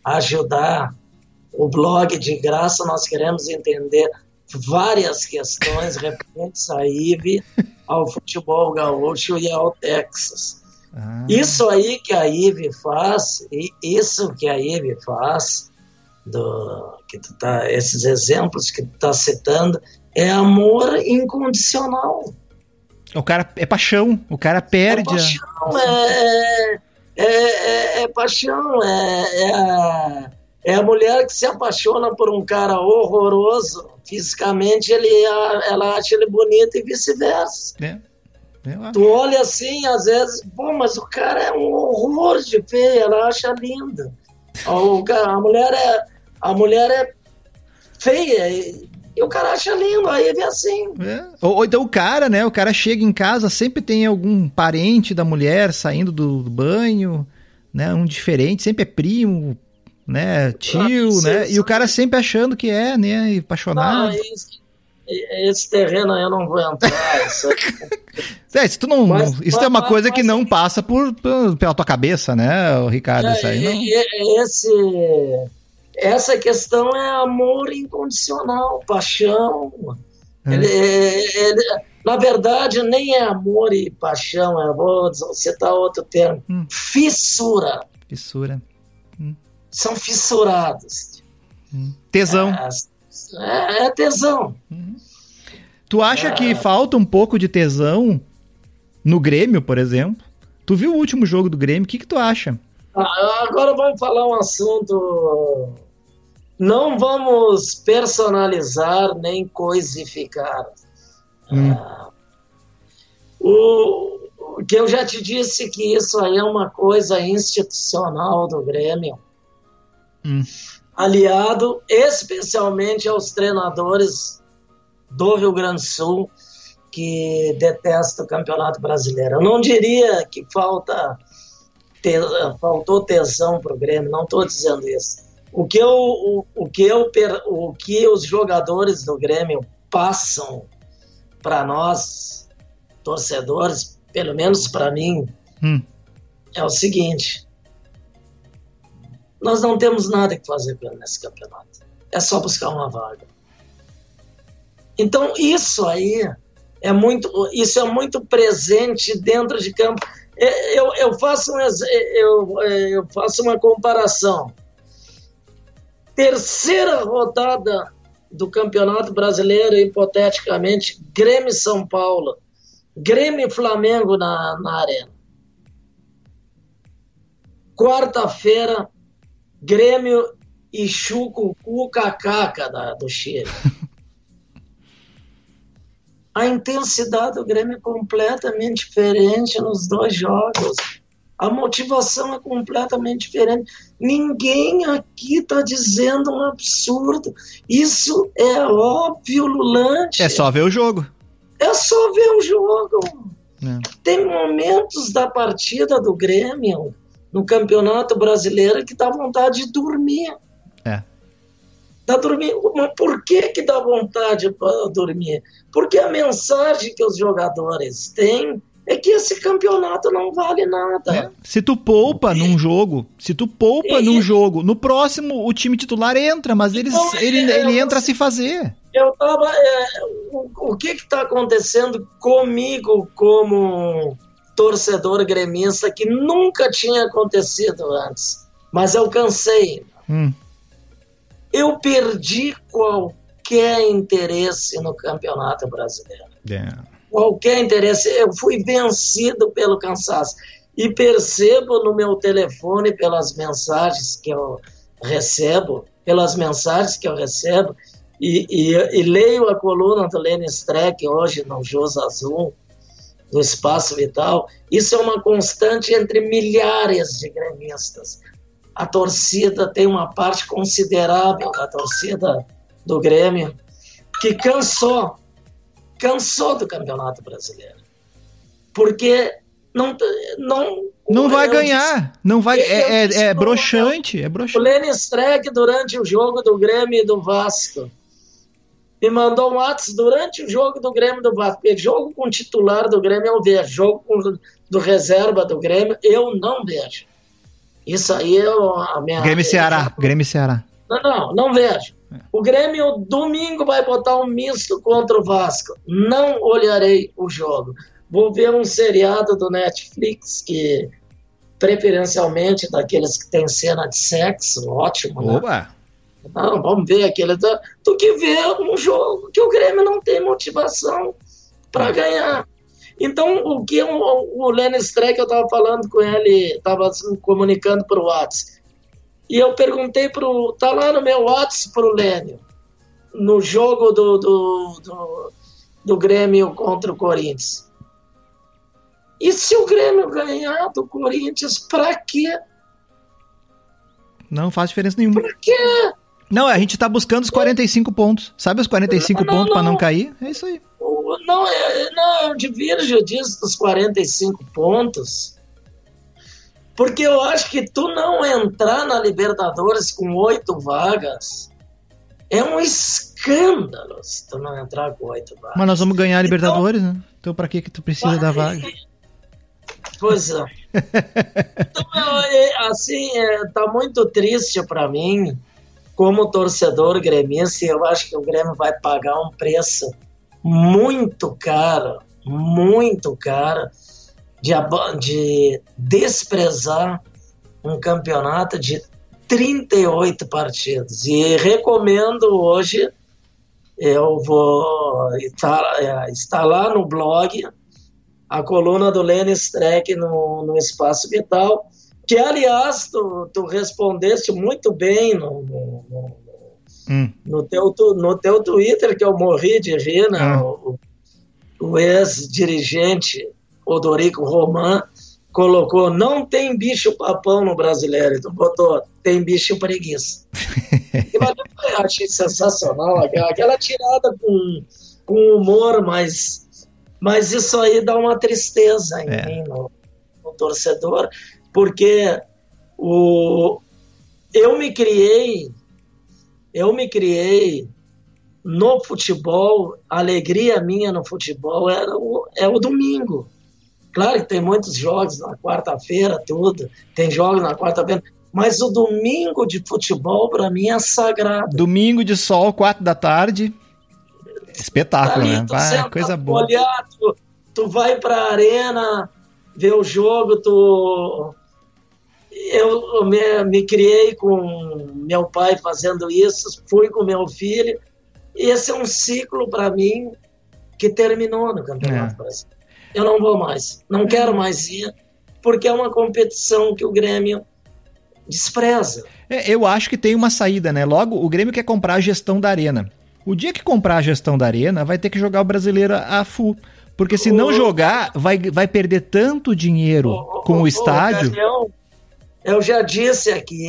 ajudar o blog de graça, nós queremos entender várias questões referentes à I V E, ao futebol gaúcho e ao Texas. Ah. Isso aí que a I V E faz, isso que a I V E faz, do, que tu tá, esses exemplos que tu está citando, é amor incondicional. O cara é paixão, o cara perde. É paixão, a... é, é, é, é paixão, é, é, a, é a mulher que se apaixona por um cara horroroso, fisicamente ele, ela acha ele bonito e vice-versa. É. Tu olha assim, às vezes, pô, mas o cara é um horror de feio, ela acha lindo. O cara, a mulher é, a mulher é feia e, e o cara acha lindo, aí vê assim. É. Ou, ou então o cara, né, o cara chega em casa, sempre tem algum parente da mulher saindo do, do banho, né, um diferente, sempre é primo, né, tio, ah, né, e o cara sempre achando que é, né, apaixonado. Não, isso. Esse terreno aí eu não vou entrar. Isso, é, isso, tu não, mas, isso mas, é uma mas, coisa mas, que não passa por, por, pela tua cabeça, né, Ricardo? É, isso aí não... esse, essa questão é amor incondicional, paixão. É. Ele, ele, na verdade, nem é amor e paixão, eu vou citar outro termo: hum. fissura. Fissura. Hum. São fissurados. Hum. Tesão. É, É, é tesão. Uhum. Tu acha é. que falta um pouco de tesão no Grêmio, por exemplo? Tu viu o último jogo do Grêmio, o que que tu acha? Ah, agora vamos falar um assunto... Não vamos personalizar nem coisificar. Hum. Ah, o, o que eu já te disse que isso aí é uma coisa institucional do Grêmio. Hum. Aliado especialmente aos treinadores do Rio Grande do Sul que detestam o Campeonato Brasileiro. Eu não diria que falta te, faltou tesão para o Grêmio, não estou dizendo isso. O que, eu, o, o, que eu, o que os jogadores do Grêmio passam para nós, torcedores, pelo menos para mim, hum. é o seguinte: nós não temos nada que fazer nesse campeonato. É só buscar uma vaga. Então, isso aí é muito, isso é muito presente dentro de campo. Eu, eu, faço, um, eu, eu faço uma comparação. Terceira rodada do Campeonato Brasileiro, hipoteticamente, Grêmio e São Paulo, Grêmio e Flamengo na, na arena. Quarta-feira, Grêmio e Chucucu Cacaca da, do Chile. A intensidade do Grêmio é completamente diferente nos dois jogos. A motivação é completamente diferente. Ninguém aqui está dizendo um absurdo. Isso é óbvio, Lulante. É só ver o jogo. É só ver o jogo. É. Tem momentos da partida do Grêmio no Campeonato Brasileiro que dá vontade de dormir. É. Dá dormir. Mas por que que dá vontade de dormir? Porque a mensagem que os jogadores têm é que esse campeonato não vale nada. É. Se tu poupa num jogo, se tu poupa e, num jogo, no próximo o time titular entra, mas eles, então, ele, é, ele entra eu, a se fazer. Eu tava, é, o, o que que tá acontecendo comigo como torcedor gremista que nunca tinha acontecido antes, mas eu cansei. Hum. Eu perdi qualquer interesse no Campeonato Brasileiro. Yeah. Qualquer interesse. Eu fui vencido pelo cansaço. E percebo no meu telefone, pelas mensagens que eu recebo, pelas mensagens que eu recebo, e, e, e leio a coluna do Lênin Streck hoje no Jus Azul, do Espaço Vital. Isso é uma constante entre milhares de gremistas. A torcida tem uma parte considerável da torcida do Grêmio que cansou, cansou do Campeonato Brasileiro. Porque não... Não, não vai eu, ganhar, não vai, é, é, é broxante, é broxante. O Lênin Streck, durante o jogo do Grêmio e do Vasco, me mandou um WhatsApp durante o jogo do Grêmio e do Vasco. Porque jogo com titular do Grêmio eu vejo, jogo com, do reserva do Grêmio eu não vejo. Isso aí é a minha... Grêmio Ceará, Grêmio Ceará. Não, não, não vejo. O Grêmio domingo vai botar um misto contra o Vasco. Não olharei o jogo. Vou ver um seriado do Netflix, que preferencialmente daqueles que tem cena de sexo, ótimo, né? Oba! Não, vamos ver aquele do, do que ver um jogo que o Grêmio não tem motivação para ganhar. Então, o que o, o Lênio Streck, eu estava falando com ele, estava comunicando para o WhatsApp. E eu perguntei pro... Tá lá no meu WhatsApp pro Lênio, no jogo do, do, do, do Grêmio contra o Corinthians. E se o Grêmio ganhar do Corinthians, pra quê? Não faz diferença nenhuma. Pra quê? Não, a gente tá buscando os quarenta e cinco pontos. Sabe os quarenta e cinco não, pontos não, pra não cair? É isso aí. Não, é, não eu divirjo disso dos quarenta e cinco pontos. Porque eu acho que tu não entrar na Libertadores com oito vagas é um escândalo se tu não entrar com oito vagas. Mas nós vamos ganhar a Libertadores, então, né? Então pra que que tu precisa da vaga? Pois é. Então, eu, assim, é, tá muito triste pra mim, como torcedor gremista, e eu acho que o Grêmio vai pagar um preço muito caro, muito caro, De, de desprezar um campeonato de trinta e oito partidas. E recomendo hoje, eu vou estar, está lá no blog, a coluna do Lênio Streck no, no Espaço Vital, que, aliás, tu, tu respondeste muito bem no, no, no, hum. no, teu, no teu Twitter, que eu morri de rir, né? Ah. o, o ex-dirigente Odorico Roman colocou: não tem bicho papão no Brasileiro. Então botou: tem bicho preguiça. Eu achei sensacional aquela tirada com, com humor, mas, mas isso aí dá uma tristeza em é. mim, no, no torcedor, porque o, eu me criei eu me criei no futebol. A alegria minha no futebol era o, é o domingo. Claro que tem muitos jogos na quarta-feira, tudo. Tem jogos na quarta-feira. Mas o domingo de futebol, para mim, é sagrado. Domingo de sol, quatro da tarde. Espetáculo, ali, né? Vai, coisa boa. Olhar, tu, tu vai pra arena ver o jogo, tu... Eu me, me criei com meu pai fazendo isso, fui com meu filho. E esse é um ciclo, para mim, que terminou no Campeonato é. Brasileiro. Eu não vou mais, não quero mais ir, porque é uma competição que o Grêmio despreza. É, eu acho que tem uma saída, né? Logo, o Grêmio quer comprar a gestão da Arena. O dia que comprar a gestão da Arena, vai ter que jogar o Brasileiro a full. Porque se o... não jogar, vai, vai perder tanto dinheiro o, com o, o estádio. Ocasião, eu já disse aqui,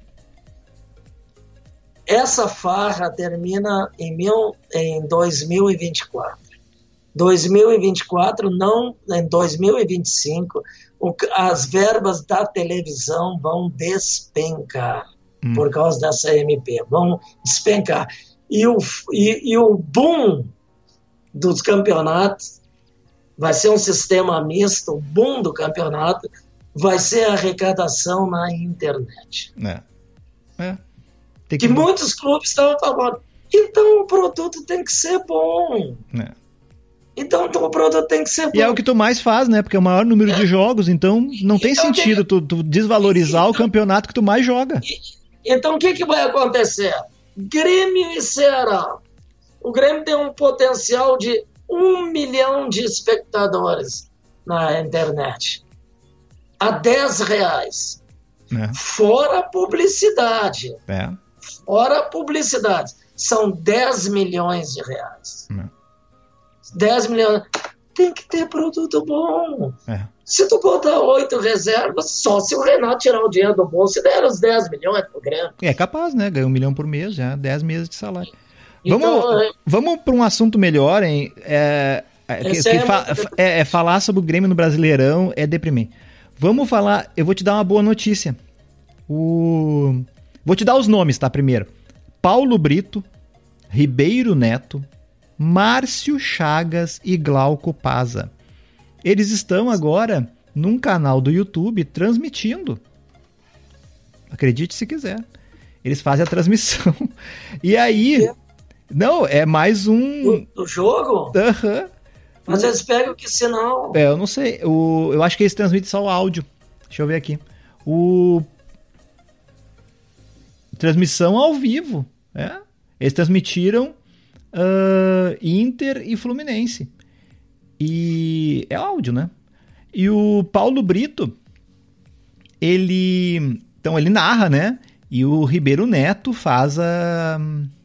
essa farra termina em, mil, em dois mil e vinte e quatro. dois mil e vinte e quatro, não, em dois mil e vinte e cinco, o, as verbas da televisão vão despencar hum. por causa dessa M P, vão despencar. E o, e, e o boom dos campeonatos vai ser um sistema misto, o boom do campeonato vai ser a arrecadação na internet. É. É. Tem que... que muitos clubes estão falando, então o produto tem que ser bom. É. Então o produto tem que ser bom. E é o que tu mais faz, né? Porque é o maior número é. de jogos, então não tem então, sentido tu, tu desvalorizar então, o campeonato que tu mais joga. Então o que, que vai acontecer? Grêmio e Ceará. O Grêmio tem um potencial de um milhão de espectadores na internet. A dez reais. É. Fora publicidade. É. Fora publicidade. São dez milhões de reais. É. dez milhões. Tem que ter produto bom. É. Se tu botar oito reservas, só se o Renato tirar o dinheiro do bolso e der os dez milhões pro Grêmio. É capaz, né? Ganha um milhão por mês, já dez meses de salário. Então, vamos é... vamos para um assunto melhor, hein? É, é, que, que fa- é, é falar sobre o Grêmio no Brasileirão é deprimente. Vamos falar, eu vou te dar uma boa notícia. O... Vou te dar os nomes, tá? Primeiro. Paulo Brito, Ribeiro Neto, Márcio Chagas e Glauco Paza. Eles estão agora num canal do YouTube transmitindo. Acredite se quiser. Eles fazem a transmissão. E aí... É. Não, é mais um... Do, do jogo? Aham. Uhum. Mas eles pegam que sinal? É, eu não sei. O, eu acho que eles transmitem só o áudio. Deixa eu ver aqui. O... Transmissão ao vivo. É. Eles transmitiram uh, Inter e Fluminense. E é áudio, né? E o Paulo Brito, ele... Então, ele narra, né? E o Ribeiro Neto faz a,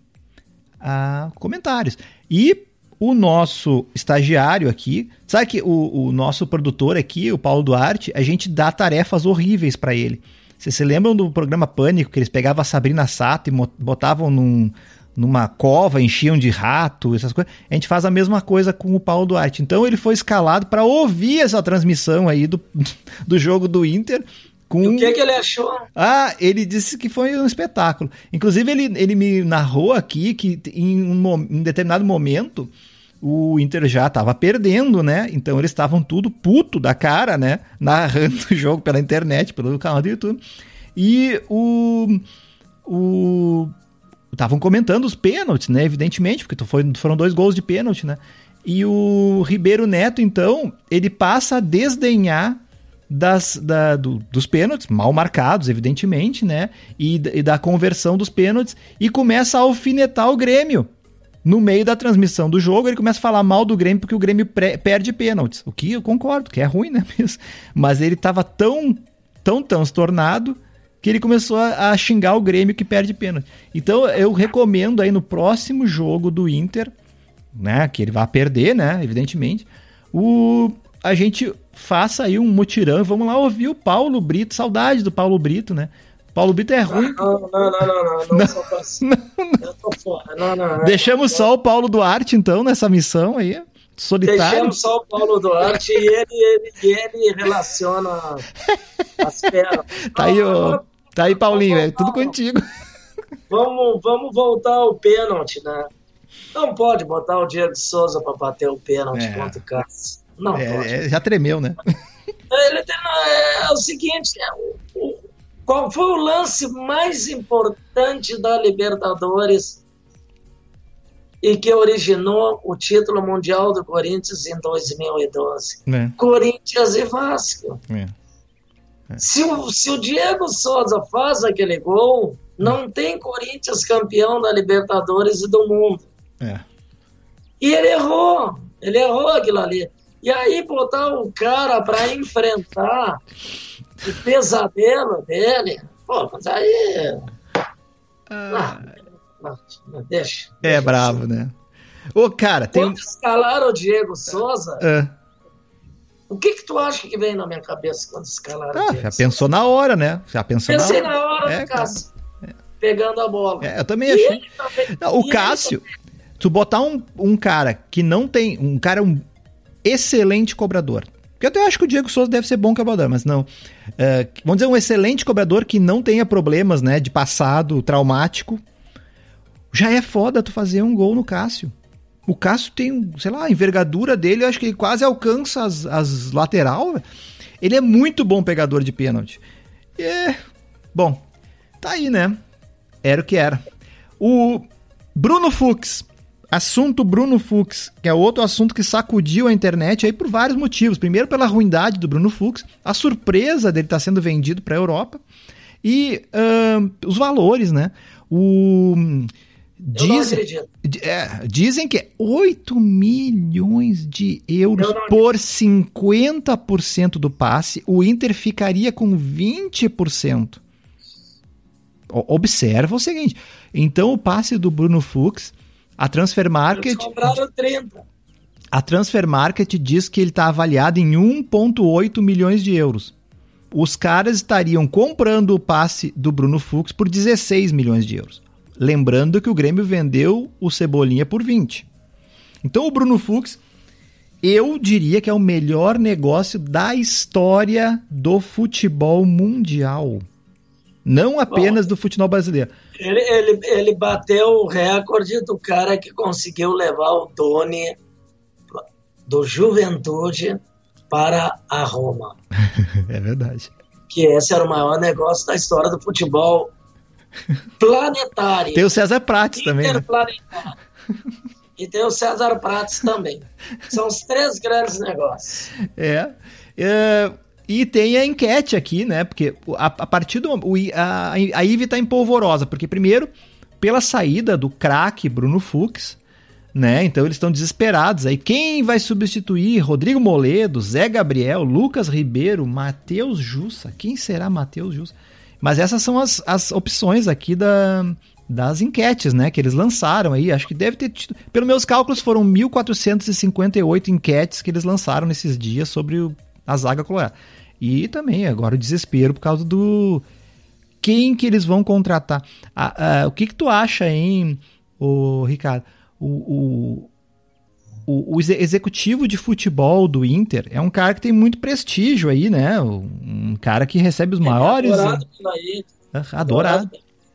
a comentários. E o nosso estagiário aqui... Sabe que o, o nosso produtor aqui, o Paulo Duarte, a gente dá tarefas horríveis para ele. Vocês se lembram do programa Pânico, que eles pegavam a Sabrina Sato e botavam num... numa cova, enchiam de rato, essas coisas. A gente faz a mesma coisa com o Paulo Duarte. Então ele foi escalado para ouvir essa transmissão aí do, do jogo do Inter. Com... E o que, que ele achou? Ah, ele disse que foi um espetáculo. Inclusive ele, ele me narrou aqui que em um, em um determinado momento o Inter já estava perdendo, né? Então eles estavam tudo puto da cara, né? Narrando o jogo pela internet, pelo canal do YouTube. E o... o estavam comentando os pênaltis, né? Evidentemente, porque foi, foram dois gols de pênalti, né? E o Ribeiro Neto, então, ele passa a desdenhar das, da, do, dos pênaltis, mal marcados, evidentemente, né? E, e da conversão dos pênaltis, e começa a alfinetar o Grêmio. No meio da transmissão do jogo, ele começa a falar mal do Grêmio porque o Grêmio pré, perde pênaltis. O que eu concordo, que é ruim, né? Mas ele estava tão, tão transtornado que ele começou a, a xingar o Grêmio que perde pênalti. Então eu recomendo aí no próximo jogo do Inter, né, que ele vai perder, né, evidentemente, o, a gente faça aí um mutirão e vamos lá ouvir o Paulo Brito, saudade do Paulo Brito, né? Paulo Brito é ruim. Não, não, não, não, não, não, não, só não, não. Eu tô fora. Não, não, não. Deixamos não. Só o Paulo Duarte, então, nessa missão aí, solitário. Deixamos só o Paulo Duarte e ele, ele, ele relaciona as pernas. Tá aí, ó. Tá aí, Paulinho, é tudo contigo. Vamos, vamos voltar ao pênalti, né? Não pode botar o Diego Souza para bater o pênalti é. contra o Cássio. Não é, pode. É, já tremeu, né? Ele tem, é, é o seguinte, é, o, o, qual foi o lance mais importante da Libertadores e que originou o título mundial do Corinthians em dois mil e doze? É. Corinthians e Vasco. É. É. Se, o, se o Diego Souza faz aquele gol, não tem Corinthians campeão da Libertadores e do mundo. É. E ele errou, ele errou aquilo ali. E aí botar o cara para enfrentar o pesadelo dele, pô, mas aí... Ah, não, não, deixa. É deixa bravo, assim. Né? Ô, cara, tem... Quando escalaram o Diego Souza... É. O que que tu acha que vem na minha cabeça quando escalaram? Ah, já pensou na hora, né? Já pensou Pensei na hora, na hora é, do Cássio, é. pegando a bola. É, eu também achei. Também, não, o Cássio, tu botar um, um cara que não tem... Um cara um excelente cobrador. Porque eu até acho que o Diego Souza deve ser bom cobrador, mas não. É, vamos dizer, um excelente cobrador que não tenha problemas, né, de passado traumático. Já é foda tu fazer um gol no Cássio. O Cássio tem, sei lá, a envergadura dele, eu acho que ele quase alcança as, as lateral. Ele é muito bom pegador de pênalti. E é... Bom, tá aí, né? Era o que era. O Bruno Fux. Assunto Bruno Fux, que é outro assunto que sacudiu a internet aí por vários motivos. Primeiro, pela ruindade do Bruno Fux, a surpresa dele estar sendo vendido para a Europa e uh, os valores, né? O... Dizem, é, dizem que é oito milhões de euros por cinquenta por cento do passe. O Inter ficaria com vinte por cento. Observa o seguinte. Então o passe do Bruno Fux, a Transfer Market... trinta. A Transfer Market diz que ele está avaliado em um vírgula oito milhões de euros. Os caras estariam comprando o passe do Bruno Fux por dezesseis milhões de euros. Lembrando que o Grêmio vendeu o Cebolinha por vinte. Então o Bruno Fux, eu diria que é o melhor negócio da história do futebol mundial. Não apenas Bom, do futebol brasileiro. Ele, ele, ele bateu o recorde do cara que conseguiu levar o Doni do Juventude para a Roma. É verdade. que esse era o maior negócio da história do futebol planetário. Tem o César Prates também, né? E tem o César Prates também. São os três grandes negócios. É. é e tem a enquete aqui, né? Porque a, a partir do... O, a, a I V E tá em polvorosa, porque primeiro, pela saída do craque Bruno Fux, né? Então eles estão desesperados. Aí quem vai substituir? Rodrigo Moledo, Zé Gabriel, Lucas Ribeiro, Matheus Jussa. Quem será Matheus Jussa? Mas essas são as, as opções aqui da, das enquetes, né? Que eles lançaram aí. Acho que deve ter tido... Pelos meus cálculos, foram mil quatrocentas e cinquenta e oito enquetes que eles lançaram nesses dias sobre o, a zaga colorada. E também agora o desespero por causa do... Quem que eles vão contratar? Ah, ah, o que que tu acha, hein, ô, Ricardo? O, o, o executivo de futebol do Inter é um cara que tem muito prestígio aí, né? Um cara que recebe os maiores... É adorado pela Inter. Adorado. adorado.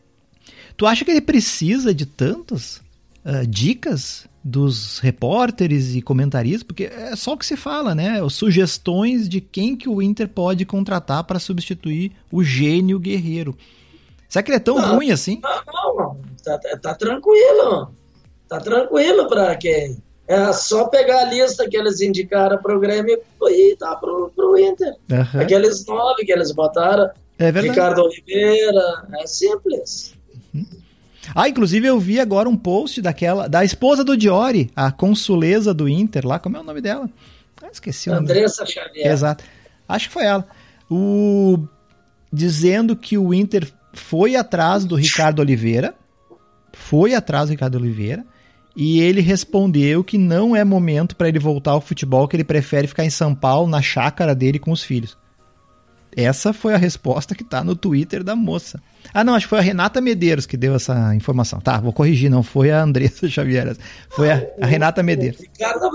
Tu acha que ele precisa de tantas uh, dicas dos repórteres e comentaristas? Porque é só o que se fala, né? Sugestões de quem que o Inter pode contratar para substituir o gênio guerreiro. Será que ele é tão não, ruim assim? Não, não. Tá, tá tranquilo. Tá tranquilo para quem? É só pegar a lista que eles indicaram para o Grêmio e tá pro, pro Inter. Uhum. Aqueles nove que eles botaram. É verdade. Ricardo Oliveira. É simples. Uhum. Ah, inclusive eu vi agora um post daquela, da esposa do Diori, a consuleza do Inter lá. Como é o nome dela? Ah, esqueci o nome. Andressa Xavier. Exato. Acho que foi ela. O... Dizendo que o Inter foi atrás do Ricardo Oliveira. Foi atrás do Ricardo Oliveira. E ele respondeu que não é momento para ele voltar ao futebol, que ele prefere ficar em São Paulo, na chácara dele com os filhos. Essa foi a resposta que tá no Twitter da moça. Ah, não, acho que foi a Renata Medeiros que deu essa informação. Tá, vou corrigir, não foi a Andressa Xavier. Foi a, a Renata Medeiros. O Ricardo,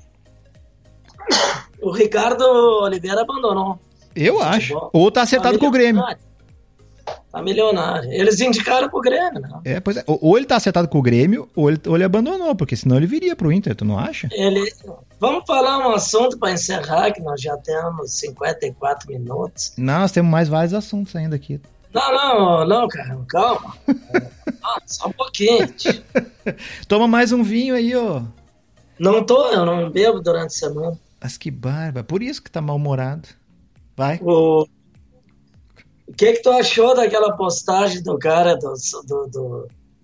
o Ricardo Oliveira abandonou. Eu acho. Ou tá acertado tá com o Grêmio. Tá milionário. Eles indicaram pro Grêmio, né? É, pois é. Ou ele tá acertado com o Grêmio, ou ele, ou ele abandonou, porque senão ele viria pro Inter, tu não acha? Ele... Vamos falar um assunto para encerrar, que nós já temos cinquenta e quatro minutos. Não, nós temos mais vários assuntos ainda aqui. Não, não, não, cara, calma. Ah, só um pouquinho. Toma mais um vinho aí, ó. Não tô, eu não bebo durante a semana. Mas que barba, por isso que tá mal-humorado. Vai. O... O que que tu achou daquela postagem do cara do, do, do,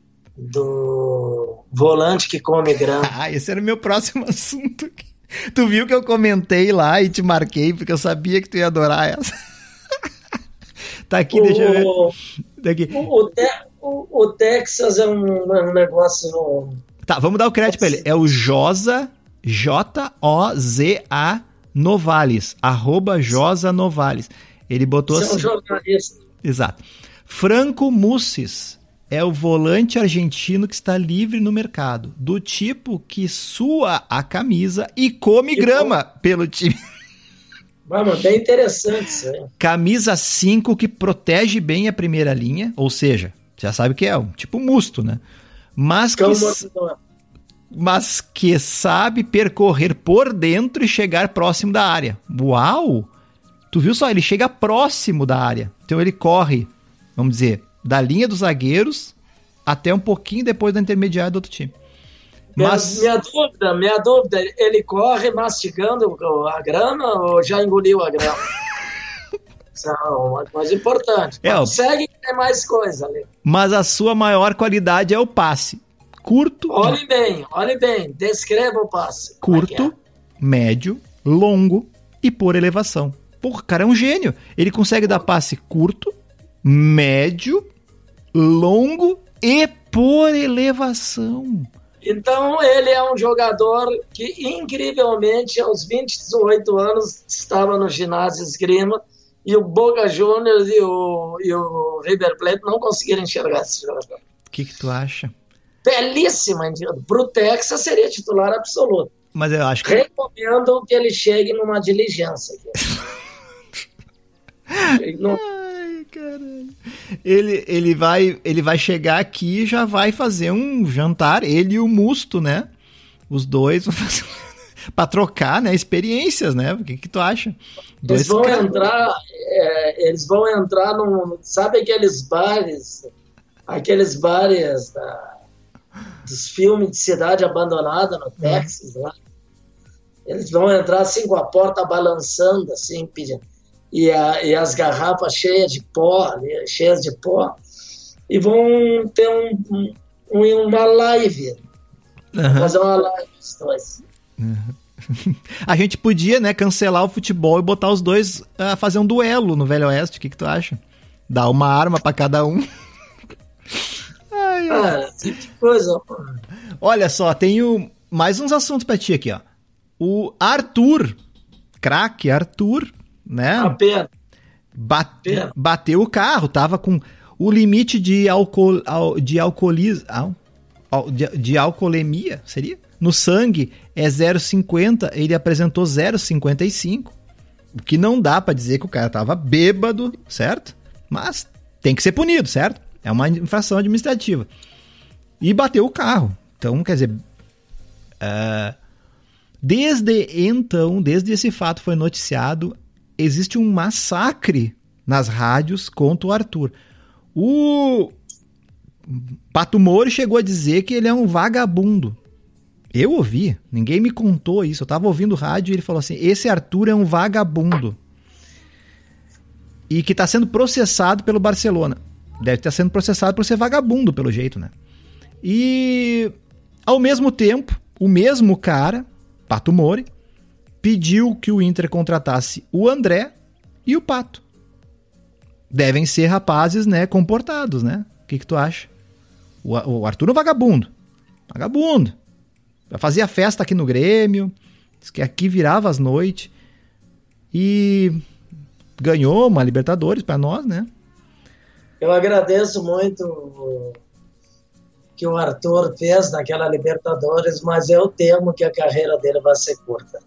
do volante que come grama? Ah, esse era o meu próximo assunto. Tu viu que eu comentei lá e te marquei, porque eu sabia que tu ia adorar essa. Tá aqui, o, deixa eu ver. Daqui. O, o, te, o, o Texas é um, um negócio... Tá, vamos dar o crédito pra ele. É o Josa, J O Z A Novales, arroba Josa Novales. Ele botou assim... Você é um jornalista. Exato. Franco Mussis é o volante argentino que está livre no mercado, do tipo que sua a camisa e come e grama bom. Pelo time. Vamos, bem interessante isso aí. Camisa cinco que protege bem a primeira linha, ou seja, já sabe o que é, um tipo musto, né? Mas que, mas que sabe percorrer por dentro e chegar próximo da área. Uau! Tu viu só? Ele chega próximo da área. Então ele corre, vamos dizer, da linha dos zagueiros até um pouquinho depois da intermediária do outro time. Mas... Minha, minha dúvida, minha dúvida, ele corre mastigando a grama ou já engoliu a grama? Isso é uma coisa importante. É, segue que tem mais coisa ali. Mas a sua maior qualidade é o passe. Curto... Olhe bem, olhe bem. Descreva o passe. Curto, é? Médio, longo e por elevação. Porra, o cara é um gênio. Ele consegue dar passe curto, médio, longo e por elevação. Então ele é um jogador que incrivelmente aos vinte e oito anos estava no ginásio esgrima e o Boca Juniors e o, e o River Plate não conseguiram enxergar esse jogador. O que, que tu acha? Belíssima. Pro Texas seria titular absoluto. Mas eu acho que... Recomendo que ele chegue numa diligência. Não... Ai, caralho. Ele, ele, vai, ele vai chegar aqui e já vai fazer um jantar, ele e o Musto, né? Os dois vão fazer... para trocar, né, experiências, né? O que que tu acha? Dois eles vão caras... entrar, é, eles vão entrar num, sabe aqueles bares, aqueles bares da, dos filmes de cidade abandonada no Texas, hum. lá. Eles vão entrar assim com a porta balançando, assim, pedindo, e, a, e as garrafas cheias de pó, cheias de pó, e vão ter um, um, uma live, uhum. fazer uma live os dois. Uhum. A gente podia, né, cancelar o futebol e botar os dois a fazer um duelo no Velho Oeste. O que que tu acha? Dar uma arma pra cada um. Ai, ah, que coisa. Olha só, tenho mais uns assuntos pra ti aqui, ó. O Arthur, craque Arthur, né? A pena. Bate, pena. Bateu o carro, tava com o limite de álcool, de alcoolismo, de, de alcoolemia, seria? No sangue é zero vírgula cinquenta, ele apresentou zero vírgula cinquenta e cinco, o que não dá pra dizer que o cara tava bêbado, certo? Mas tem que ser punido, certo? É uma infração administrativa. E bateu o carro. Então, quer dizer, uh, desde então, desde esse fato foi noticiado, existe um massacre nas rádios contra o Arthur. O Pato Mori chegou a dizer que ele é um vagabundo. Eu ouvi, ninguém me contou isso. Eu tava ouvindo rádio e ele falou assim, esse Arthur é um vagabundo. E que tá sendo processado pelo Barcelona. Deve estar sendo processado por ser vagabundo, pelo jeito, né? E, ao mesmo tempo, o mesmo cara, Pato Mori, pediu que o Inter contratasse o André e o Pato. Devem ser rapazes, né, comportados, né? O que que tu acha? O, o Arthur é um vagabundo. Vagabundo. Fazia festa aqui no Grêmio, diz que aqui virava as noites e ganhou uma Libertadores para nós, né? Eu agradeço muito que o Arthur fez naquela Libertadores, mas eu temo que a carreira dele vai ser curta.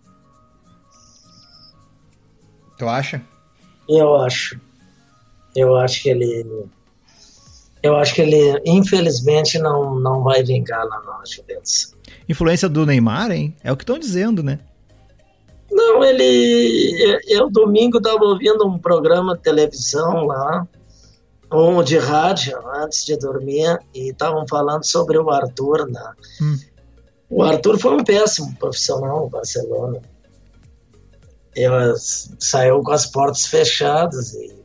Tu acha? Eu acho. Eu acho que ele... Eu acho que ele, infelizmente, não, não vai vingar lá na Juventus. Influência do Neymar, hein? É o que estão dizendo, né? Não, ele... Eu, domingo, estava ouvindo um programa de televisão lá, um de rádio, antes de dormir, e estavam falando sobre o Arthur, né? Hum. O Arthur foi um péssimo profissional no Barcelona. Ele saiu com as portas fechadas e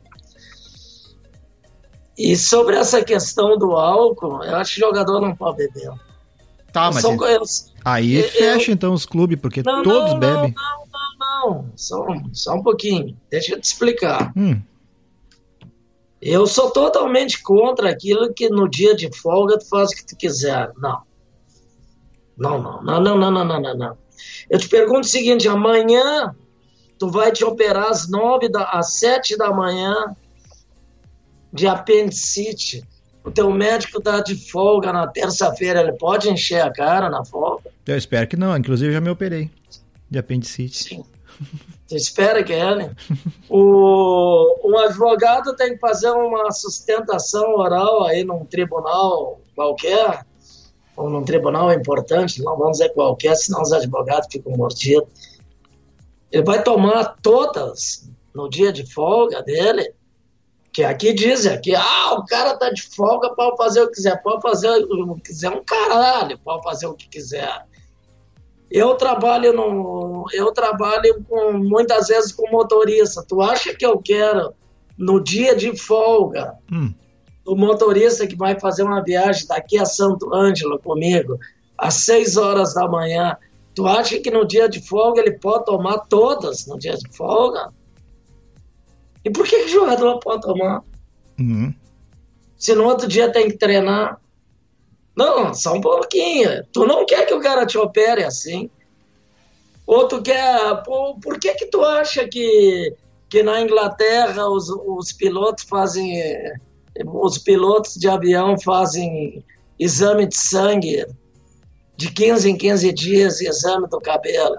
E sobre essa questão do álcool, eu acho que o jogador não pode beber. Tá, mas são, eu, aí eu, fecha eu, então os clubes, porque não, todos não, bebem. Não, não, não, não. Só, só um pouquinho. Deixa eu te explicar. Hum. Eu sou totalmente contra aquilo que no dia de folga tu faz o que tu quiser. Não. Não, não, não, não, não, não, não, não. Eu te pergunto o seguinte, amanhã tu vai te operar às nove da, às sete da manhã de apendicite, o teu médico tá de folga na terça-feira, ele pode encher a cara na folga? Eu espero que não, inclusive eu já me operei de apendicite. Sim, tu espera que ele? O, um advogado tem que fazer uma sustentação oral aí num tribunal qualquer, ou num tribunal importante, não vamos dizer qualquer, senão os advogados ficam mordidos. Ele vai tomar todas no dia de folga dele, que aqui dizem, aqui, ah, o cara tá de folga, pode fazer o que quiser, pode fazer o que quiser, um caralho, pode fazer o que quiser. Eu trabalho no, eu trabalho com, muitas vezes com motorista, tu acha que eu quero, no dia de folga, hum. o motorista que vai fazer uma viagem daqui a Santo Ângelo comigo, às seis horas da manhã, tu acha que no dia de folga ele pode tomar todas no dia de folga? E por que, que o jogador pode tomar? Uhum. Se no outro dia tem que treinar? Não, só um pouquinho. Tu não quer que o cara te opere assim? Ou tu quer... Por, por que que tu acha que, que na Inglaterra os, os pilotos fazem... Os pilotos de avião fazem exame de sangue de quinze em quinze dias e exame do cabelo?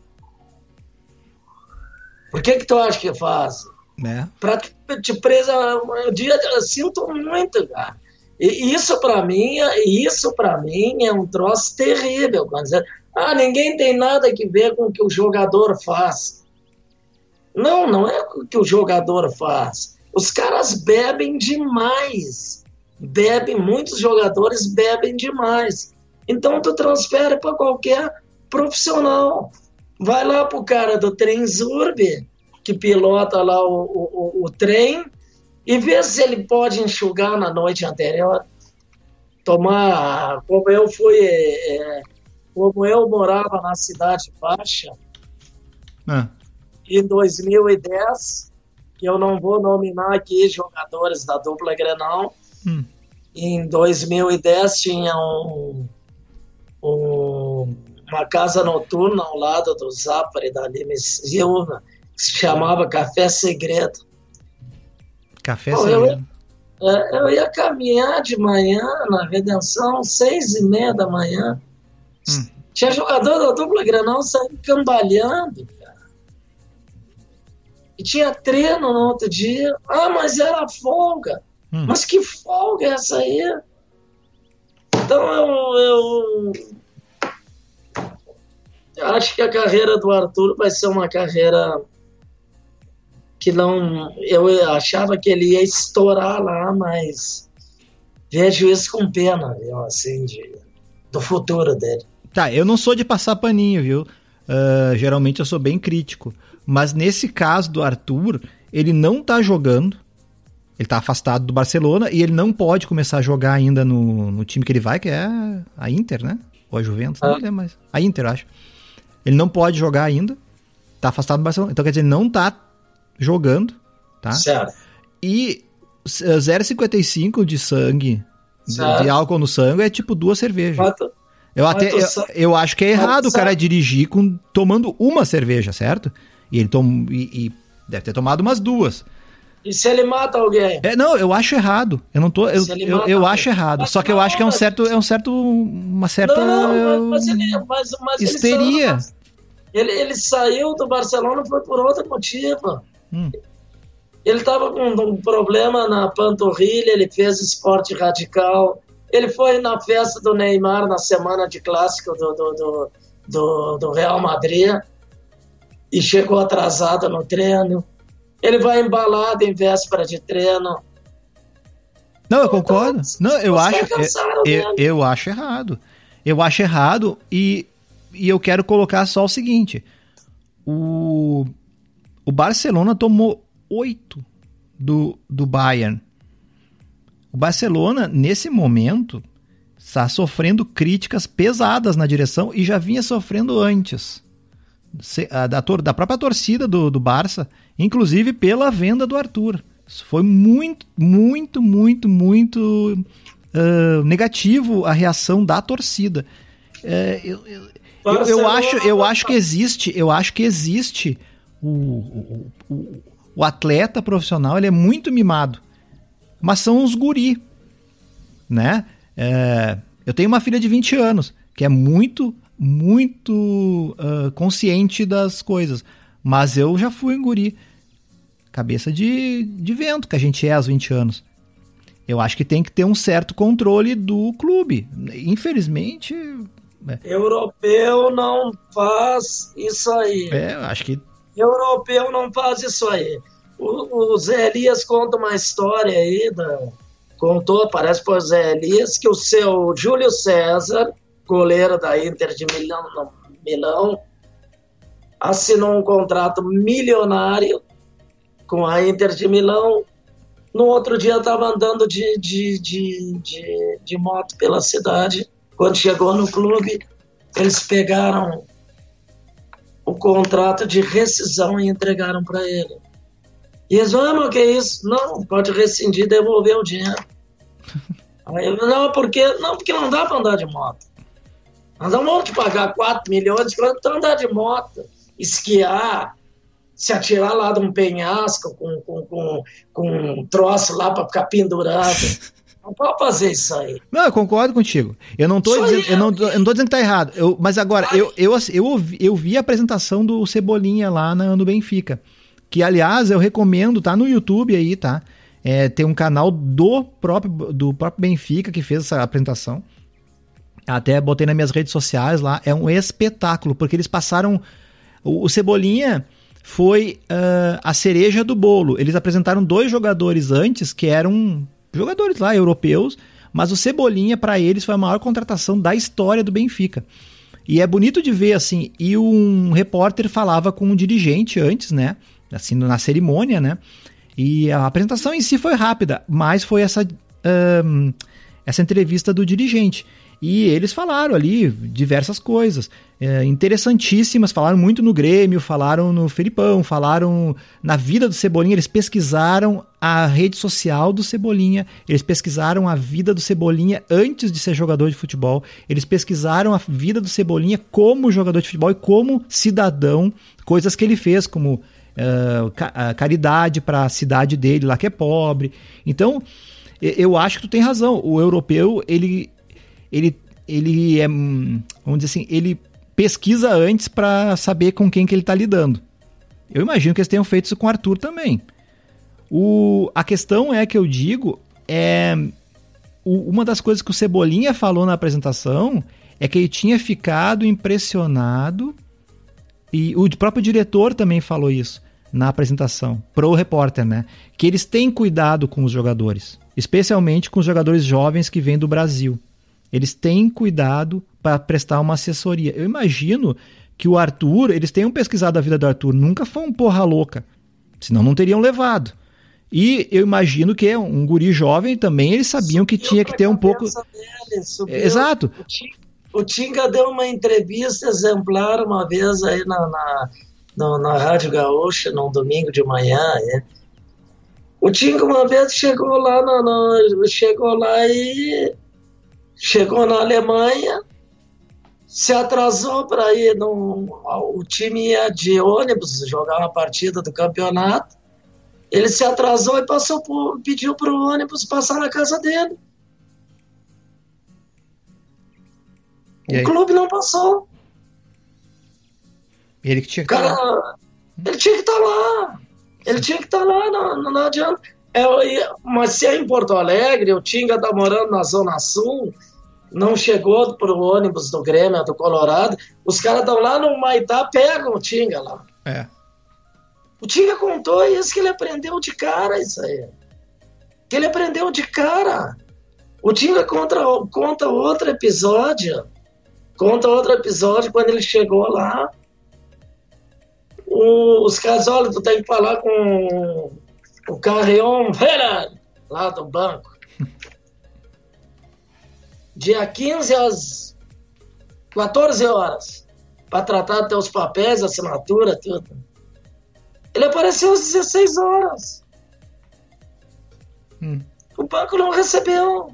Por que que tu acha que fazem? É. Pra te, te presa, eu, dia, eu sinto muito, cara. E isso para mim, isso para mim é um troço terrível. Quando dizer, ah, ninguém tem nada que ver com o que o jogador faz. Não, não é o que o jogador faz. Os caras bebem demais. Bebem, muitos jogadores bebem demais. Então tu transfere para qualquer profissional. Vai lá pro cara do Trenzurbe, que pilota lá o, o, o trem, e vê se ele pode enxugar na noite anterior. Tomar, como eu fui, é, como eu morava na Cidade Baixa, ah. em dois mil e dez, que eu não vou nominar aqui jogadores da dupla Grenal, hum. em dois mil e dez tinha um, um, uma casa noturna ao lado do Zafari, da Lima Silva, que se chamava Café Segredo. Café Pô, Segredo. Eu, eu ia caminhar de manhã na Redenção, seis e meia da manhã. Hum. Tinha jogador da dupla Grenal saindo cambalhando, cara. E tinha treino no outro dia. Ah, mas era folga. Hum. Mas que folga é essa aí? Então eu, eu, eu acho que a carreira do Arthur vai ser uma carreira que não... Eu achava que ele ia estourar lá, mas vejo isso com pena, viu, assim, de, do futuro dele. Tá, eu não sou de passar paninho, viu? Uh, geralmente eu sou bem crítico. Mas nesse caso do Arthur, ele não tá jogando. Ele tá afastado do Barcelona e ele não pode começar a jogar ainda no, no time que ele vai, que é a Inter, né? Ou a Juventus, ah. não lembro mais. A Inter, acho. Ele não pode jogar ainda. Tá afastado do Barcelona. Então, quer dizer, ele não tá jogando, tá? Certo. E zero vírgula cinquenta e cinco de sangue, de, de álcool no sangue, é tipo duas cervejas. Quanto? Eu, até, eu, eu acho que é errado o cara dirigir com, tomando uma cerveja, certo? E ele tom, e, e deve ter tomado umas duas. E se ele mata alguém? É, não, eu acho errado. Eu não tô. Eu, eu, eu acho errado. Mas, só que eu não, acho que é um certo. É um certo. Uma certa. Não, mas, mas ele. Mas, mas histeria. Ele, ele, ele saiu do Barcelona foi por outro motivo. Hum. Ele estava com um problema na panturrilha, ele fez esporte radical. Ele foi na festa do Neymar na semana de clássico do, do, do, do, do Real Madrid e chegou atrasado no treino. Ele vai embalado em véspera de treino. Não, eu concordo. Não, eu acho, eu, eu, eu acho errado. Eu acho errado e, e eu quero colocar só o seguinte. O, o Barcelona tomou oito do, do Bayern. O Barcelona, nesse momento, está sofrendo críticas pesadas na direção e já vinha sofrendo antes. Da, da própria torcida do, do Barça, inclusive pela venda do Arthur. Isso foi muito, muito, muito, muito uh, negativo a reação da torcida. Uh, eu, eu, eu, eu, acho, eu acho que existe, eu acho que existe o, o, o, o atleta profissional, ele é muito mimado, mas são os guri, né? Uh, eu tenho uma filha de vinte anos, que é muito muito uh, consciente das coisas, mas eu já fui um guri cabeça de, de vento que a gente é aos vinte anos. Eu acho que tem que ter um certo controle do clube, infelizmente. É. Europeu não faz isso aí. É, eu acho que europeu não faz isso aí. O, o Zé Elias conta uma história aí da, contou, parece para o Zé Elias, que o seu Júlio César, goleiro da Inter de Milão, não, Milão, assinou um contrato milionário com a Inter de Milão. No outro dia estava andando de, de, de, de, de moto pela cidade. Quando chegou no clube, eles pegaram o contrato de rescisão e entregaram para ele. E eles falaram, ah, o que é isso? Não, pode rescindir e devolver o dinheiro. Aí ele, não, porque, não, porque não dá para andar de moto. Nós não vamos te pagar quatro milhões para andar de moto, esquiar, se atirar lá de um penhasco com, com, com, com um troço lá para ficar pendurado. Não pode fazer isso aí. Não, eu concordo contigo. Eu não estou dizendo, eu não, eu não tô dizendo que está errado. Eu, mas agora, eu, eu, eu, ouvi, eu vi a apresentação do Cebolinha lá na, no Benfica. Que, aliás, eu recomendo, tá no YouTube aí, tá? É, tem um canal do próprio, do próprio Benfica que fez essa apresentação. Até botei nas minhas redes sociais lá. É um espetáculo, porque eles passaram... O, o Cebolinha foi uh, a cereja do bolo. Eles apresentaram dois jogadores antes, que eram jogadores lá, europeus, mas o Cebolinha, para eles, foi a maior contratação da história do Benfica. E é bonito de ver, assim, e um repórter falava com um dirigente antes, né, assim, na cerimônia, né, e a apresentação em si foi rápida, mas foi essa, um, essa entrevista do dirigente. E eles falaram ali diversas coisas é, interessantíssimas, falaram muito no Grêmio, falaram no Felipão, falaram na vida do Cebolinha, eles pesquisaram a rede social do Cebolinha, eles pesquisaram a vida do Cebolinha antes de ser jogador de futebol, eles pesquisaram a vida do Cebolinha como jogador de futebol e como cidadão, coisas que ele fez, como uh, caridade para a cidade dele lá que é pobre. Então, eu acho que tu tem razão, o europeu, ele... Ele, ele é, vamos dizer assim, ele pesquisa antes para saber com quem que ele está lidando. Eu imagino que eles tenham feito isso com o Arthur também. O, a questão é que eu digo, é, o, uma das coisas que o Cebolinha falou na apresentação é que ele tinha ficado impressionado, e o próprio diretor também falou isso na apresentação, pro repórter, né? Que eles têm cuidado com os jogadores, especialmente com os jogadores jovens que vêm do Brasil. Eles têm cuidado para prestar uma assessoria. Eu imagino que o Arthur, eles tenham pesquisado a vida do Arthur, nunca foi um porra louca, senão não teriam levado. E eu imagino que é um guri jovem também, eles sabiam que tinha que ter um pouco... Dele, Exato. O Tinga deu uma entrevista exemplar uma vez aí na, na, na, na Rádio Gaúcha, num domingo de manhã. É. O Tinga uma vez chegou lá, no, no, chegou lá e... Chegou na Alemanha, se atrasou para ir, no, o time ia de ônibus jogar uma partida do campeonato, ele se atrasou e passou por, pediu para o ônibus passar na casa dele. E o aí? Clube não passou. Ele que tinha que estar lá. Ele tinha que estar lá. Ele tinha que estar lá, não, não adianta. É, mas se é em Porto Alegre, o Tinga está morando na Zona Sul, não chegou para o ônibus do Grêmio, do Colorado, os caras estão lá no Maitá, pegam o Tinga lá. É. O Tinga contou isso, que ele aprendeu de cara, isso aí. Que ele aprendeu de cara. O Tinga conta, conta outro episódio, conta outro episódio, quando ele chegou lá, o, os caras, olha, tu tem que falar com o Carrion lá do banco. Dia quinze às quatorze horas, para tratar dos teus papéis, assinatura, tudo. Ele apareceu às dezesseis horas. Hum. O banco não recebeu.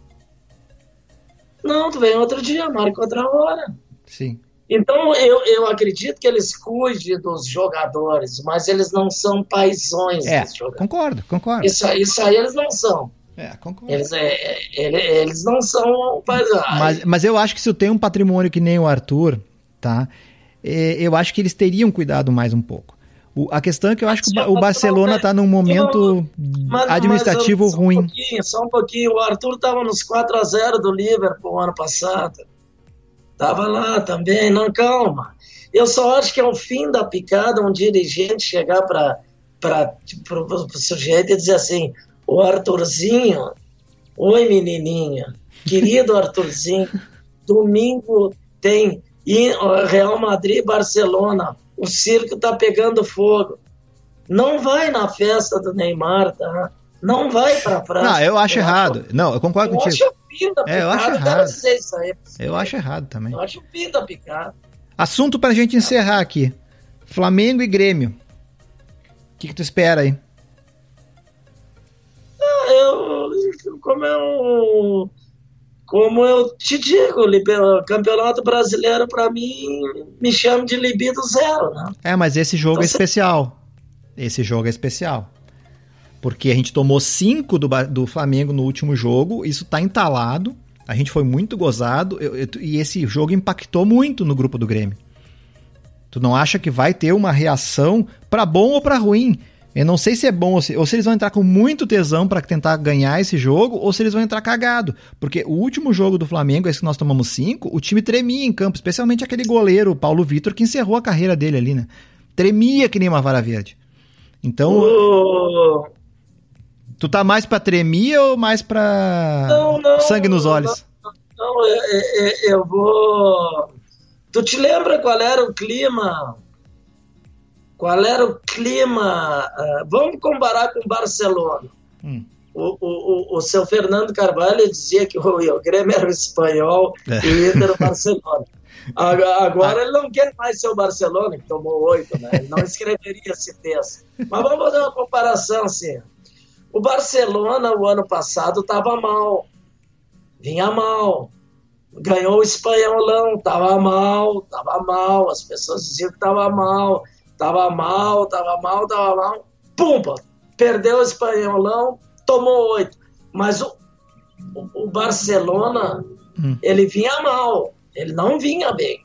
Não, tu vem outro dia, marca outra hora. Sim. Então, eu, eu acredito que eles cuidem dos jogadores, mas eles não são paizões é, dos jogadores. Concordo, concordo. Isso, isso aí eles não são. É, concordo. Eles, é, eles, eles não são paizões. Mas, mas eu acho que se eu tenho um patrimônio que nem o Arthur, tá? É, eu acho que eles teriam cuidado mais um pouco. O, a questão é que eu acho que o, o Barcelona está num momento mas, administrativo mas, ruim. Só um pouquinho, só um pouquinho. O Arthur estava nos quatro a zero do Liverpool ano passado. Estava lá também, não, calma. Eu só acho que é o fim da picada um dirigente chegar para o sujeito e dizer assim: o Arthurzinho, oi menininha, querido Arthurzinho, domingo tem Real Madrid e Barcelona, o circo tá pegando fogo. Não vai na festa do Neymar, tá? Não vai pra praça. Não, eu acho errado. Não, eu concordo eu contigo. Acho o fim da é, eu acho picada, errado. dizer isso aí. Eu acho errado também. Eu acho o fim da picada. Assunto pra gente encerrar aqui. Flamengo e Grêmio. O que, que tu espera aí? Ah, eu, como eu, como eu te digo, o Campeonato Brasileiro pra mim me chama de libido zero, né? É, mas esse jogo então, é especial. Esse jogo é especial. Porque a gente tomou cinco do, do Flamengo no último jogo, isso tá entalado, a gente foi muito gozado, eu, eu, e esse jogo impactou muito no grupo do Grêmio. Tu não acha que vai ter uma reação pra bom ou pra ruim? Eu não sei se é bom ou se, ou se eles vão entrar com muito tesão para tentar ganhar esse jogo, ou se eles vão entrar cagado. Porque o último jogo do Flamengo, esse que nós tomamos cinco, o time tremia em campo, especialmente aquele goleiro, Paulo Vitor, que encerrou a carreira dele ali, né? Tremia que nem uma vara verde. Então... Oh. Tu tá mais pra tremia ou mais pra não, não, sangue nos olhos? Não, não, não eu, eu, eu vou... Tu te lembra qual era o clima... Qual era o clima? Uh, vamos comparar com o Barcelona. Hum. O, o, o, o seu Fernando Carvalho dizia que o, o Grêmio era o espanhol é. e o Inter o Barcelona. Agora ah. ele não quer mais ser o Barcelona, que tomou oito, né? Ele não escreveria esse texto. Mas vamos fazer uma comparação assim. O Barcelona, o ano passado, estava mal. Vinha mal. Ganhou o espanholão, estava mal, estava mal. As pessoas diziam que estava mal. Tava mal, tava mal, tava mal. Pumba! Perdeu o espanholão, tomou oito. Mas o, o, o Barcelona, hum. ele vinha mal. Ele não vinha bem.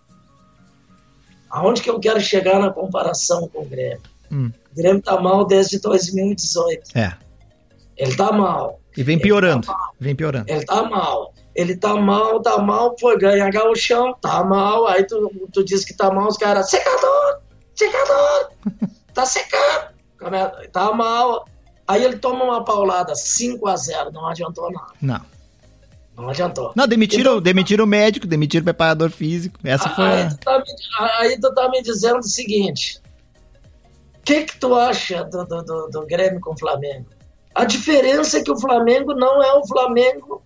Aonde que eu quero chegar na comparação com o Grêmio? Hum. O Grêmio tá mal desde dois mil e dezoito. É. Ele tá mal. E vem piorando. Tá vem piorando. Ele tá mal. Ele tá mal, tá mal, foi ganhar gauchão, tá mal. Aí tu, tu diz que tá mal, os caras, secador! Secador, tá secando, tá mal. Aí ele toma uma paulada, cinco a zero, não adiantou nada. Não. Não adiantou. Não, demitiram, então, demitiram o médico, demitiram o preparador físico. Essa foi aí a... Tu tá me, aí tu tá me dizendo o seguinte, o que que tu acha do, do, do, do Grêmio com o Flamengo? A diferença é que o Flamengo não é o Flamengo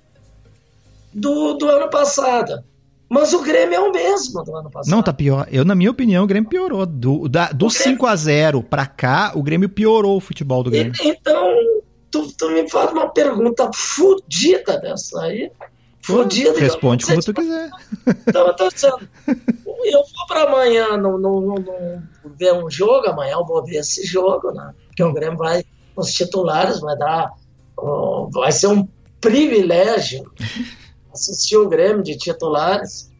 do, do ano passado. Mas o Grêmio é o mesmo do ano passado. Não, tá pior. Eu, na minha opinião, o Grêmio piorou. Do, da, do cinco a zero pra cá, o Grêmio piorou o futebol do Grêmio. E, então, tu, tu me faz uma pergunta fodida dessa aí. Fodida. Responde como tu quiser. Então, eu tô dizendo, eu vou pra amanhã não, não, não, não ver um jogo, amanhã eu vou ver esse jogo, né? Porque o Grêmio vai, os titulares, vai dar, oh, vai ser um privilégio assistir o Grêmio de titulares,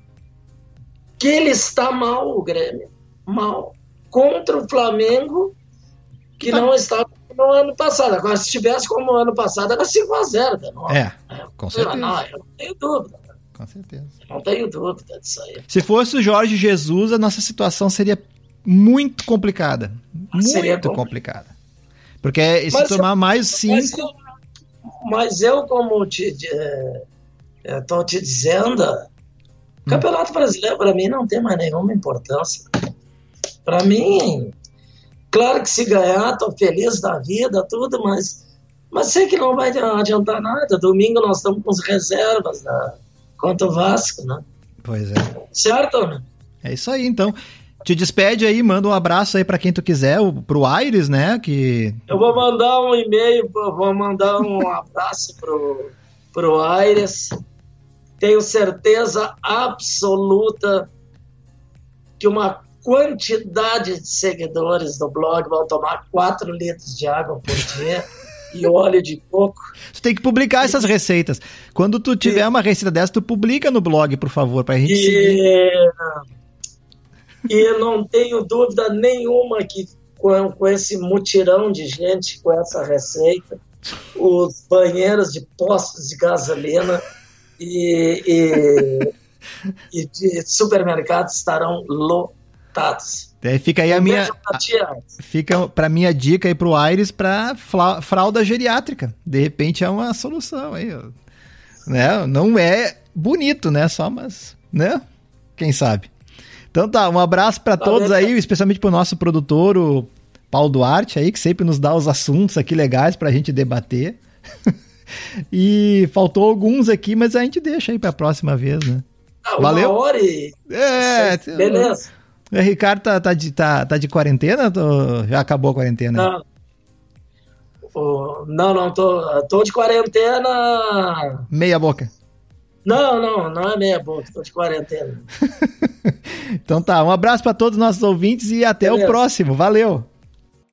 que ele está mal, o Grêmio, mal, contra o Flamengo, que tá. não estava no ano passado. Agora, se tivesse como o ano passado, era cinco a zero. Não, é, com certeza. Não, eu não tenho dúvida. Com certeza. Eu não tenho dúvida disso aí. Se fosse o Jorge Jesus, a nossa situação seria muito complicada. Muito seria complicada. Porque se mas tomar eu, mais cinco... Mas eu, mas eu como te... Estou te dizendo, o Campeonato Brasileiro para mim não tem mais nenhuma importância. Para mim, claro que se ganhar, estou feliz da vida, tudo, mas, mas sei que não vai adiantar nada. Domingo nós estamos com as reservas da, contra o Vasco, né? Pois é. Certo, né? É isso aí, então. Te despede aí, manda um abraço aí para quem tu quiser, pro Aires, né? Que... Eu vou mandar um e-mail, vou mandar um abraço pro, pro Aires. Tenho certeza absoluta que uma quantidade de seguidores do blog vão tomar quatro litros de água por dia e óleo de coco. Tu tem que publicar essas receitas. Quando tu tiver e, uma receita dessa, tu publica no blog, por favor, pra gente e, seguir. E não tenho dúvida nenhuma que com, com esse mutirão de gente com essa receita, os banheiros de postos de gasolina E, e, e de supermercados estarão lotados. É, fica aí a minha a, fica para minha dica aí pro Aires para fralda geriátrica. De repente é uma solução aí, né? Não é bonito, né? Só, mas, né? Quem sabe? Então tá, um abraço para todos aí, especialmente pro nosso produtor, o Paulo Duarte aí, que sempre nos dá os assuntos aqui legais pra gente debater. E faltou alguns aqui, mas a gente deixa aí pra próxima vez, né? Ah, uma Valeu? Hora e... É, beleza. O Ricardo tá, tá, de, tá, tá de quarentena? Ou já acabou a quarentena? Não, oh, não, não tô, tô de quarentena. Meia boca. Não, não, não é meia boca, tô de quarentena. Então tá, um abraço pra todos os nossos ouvintes e até beleza. O próximo. Valeu!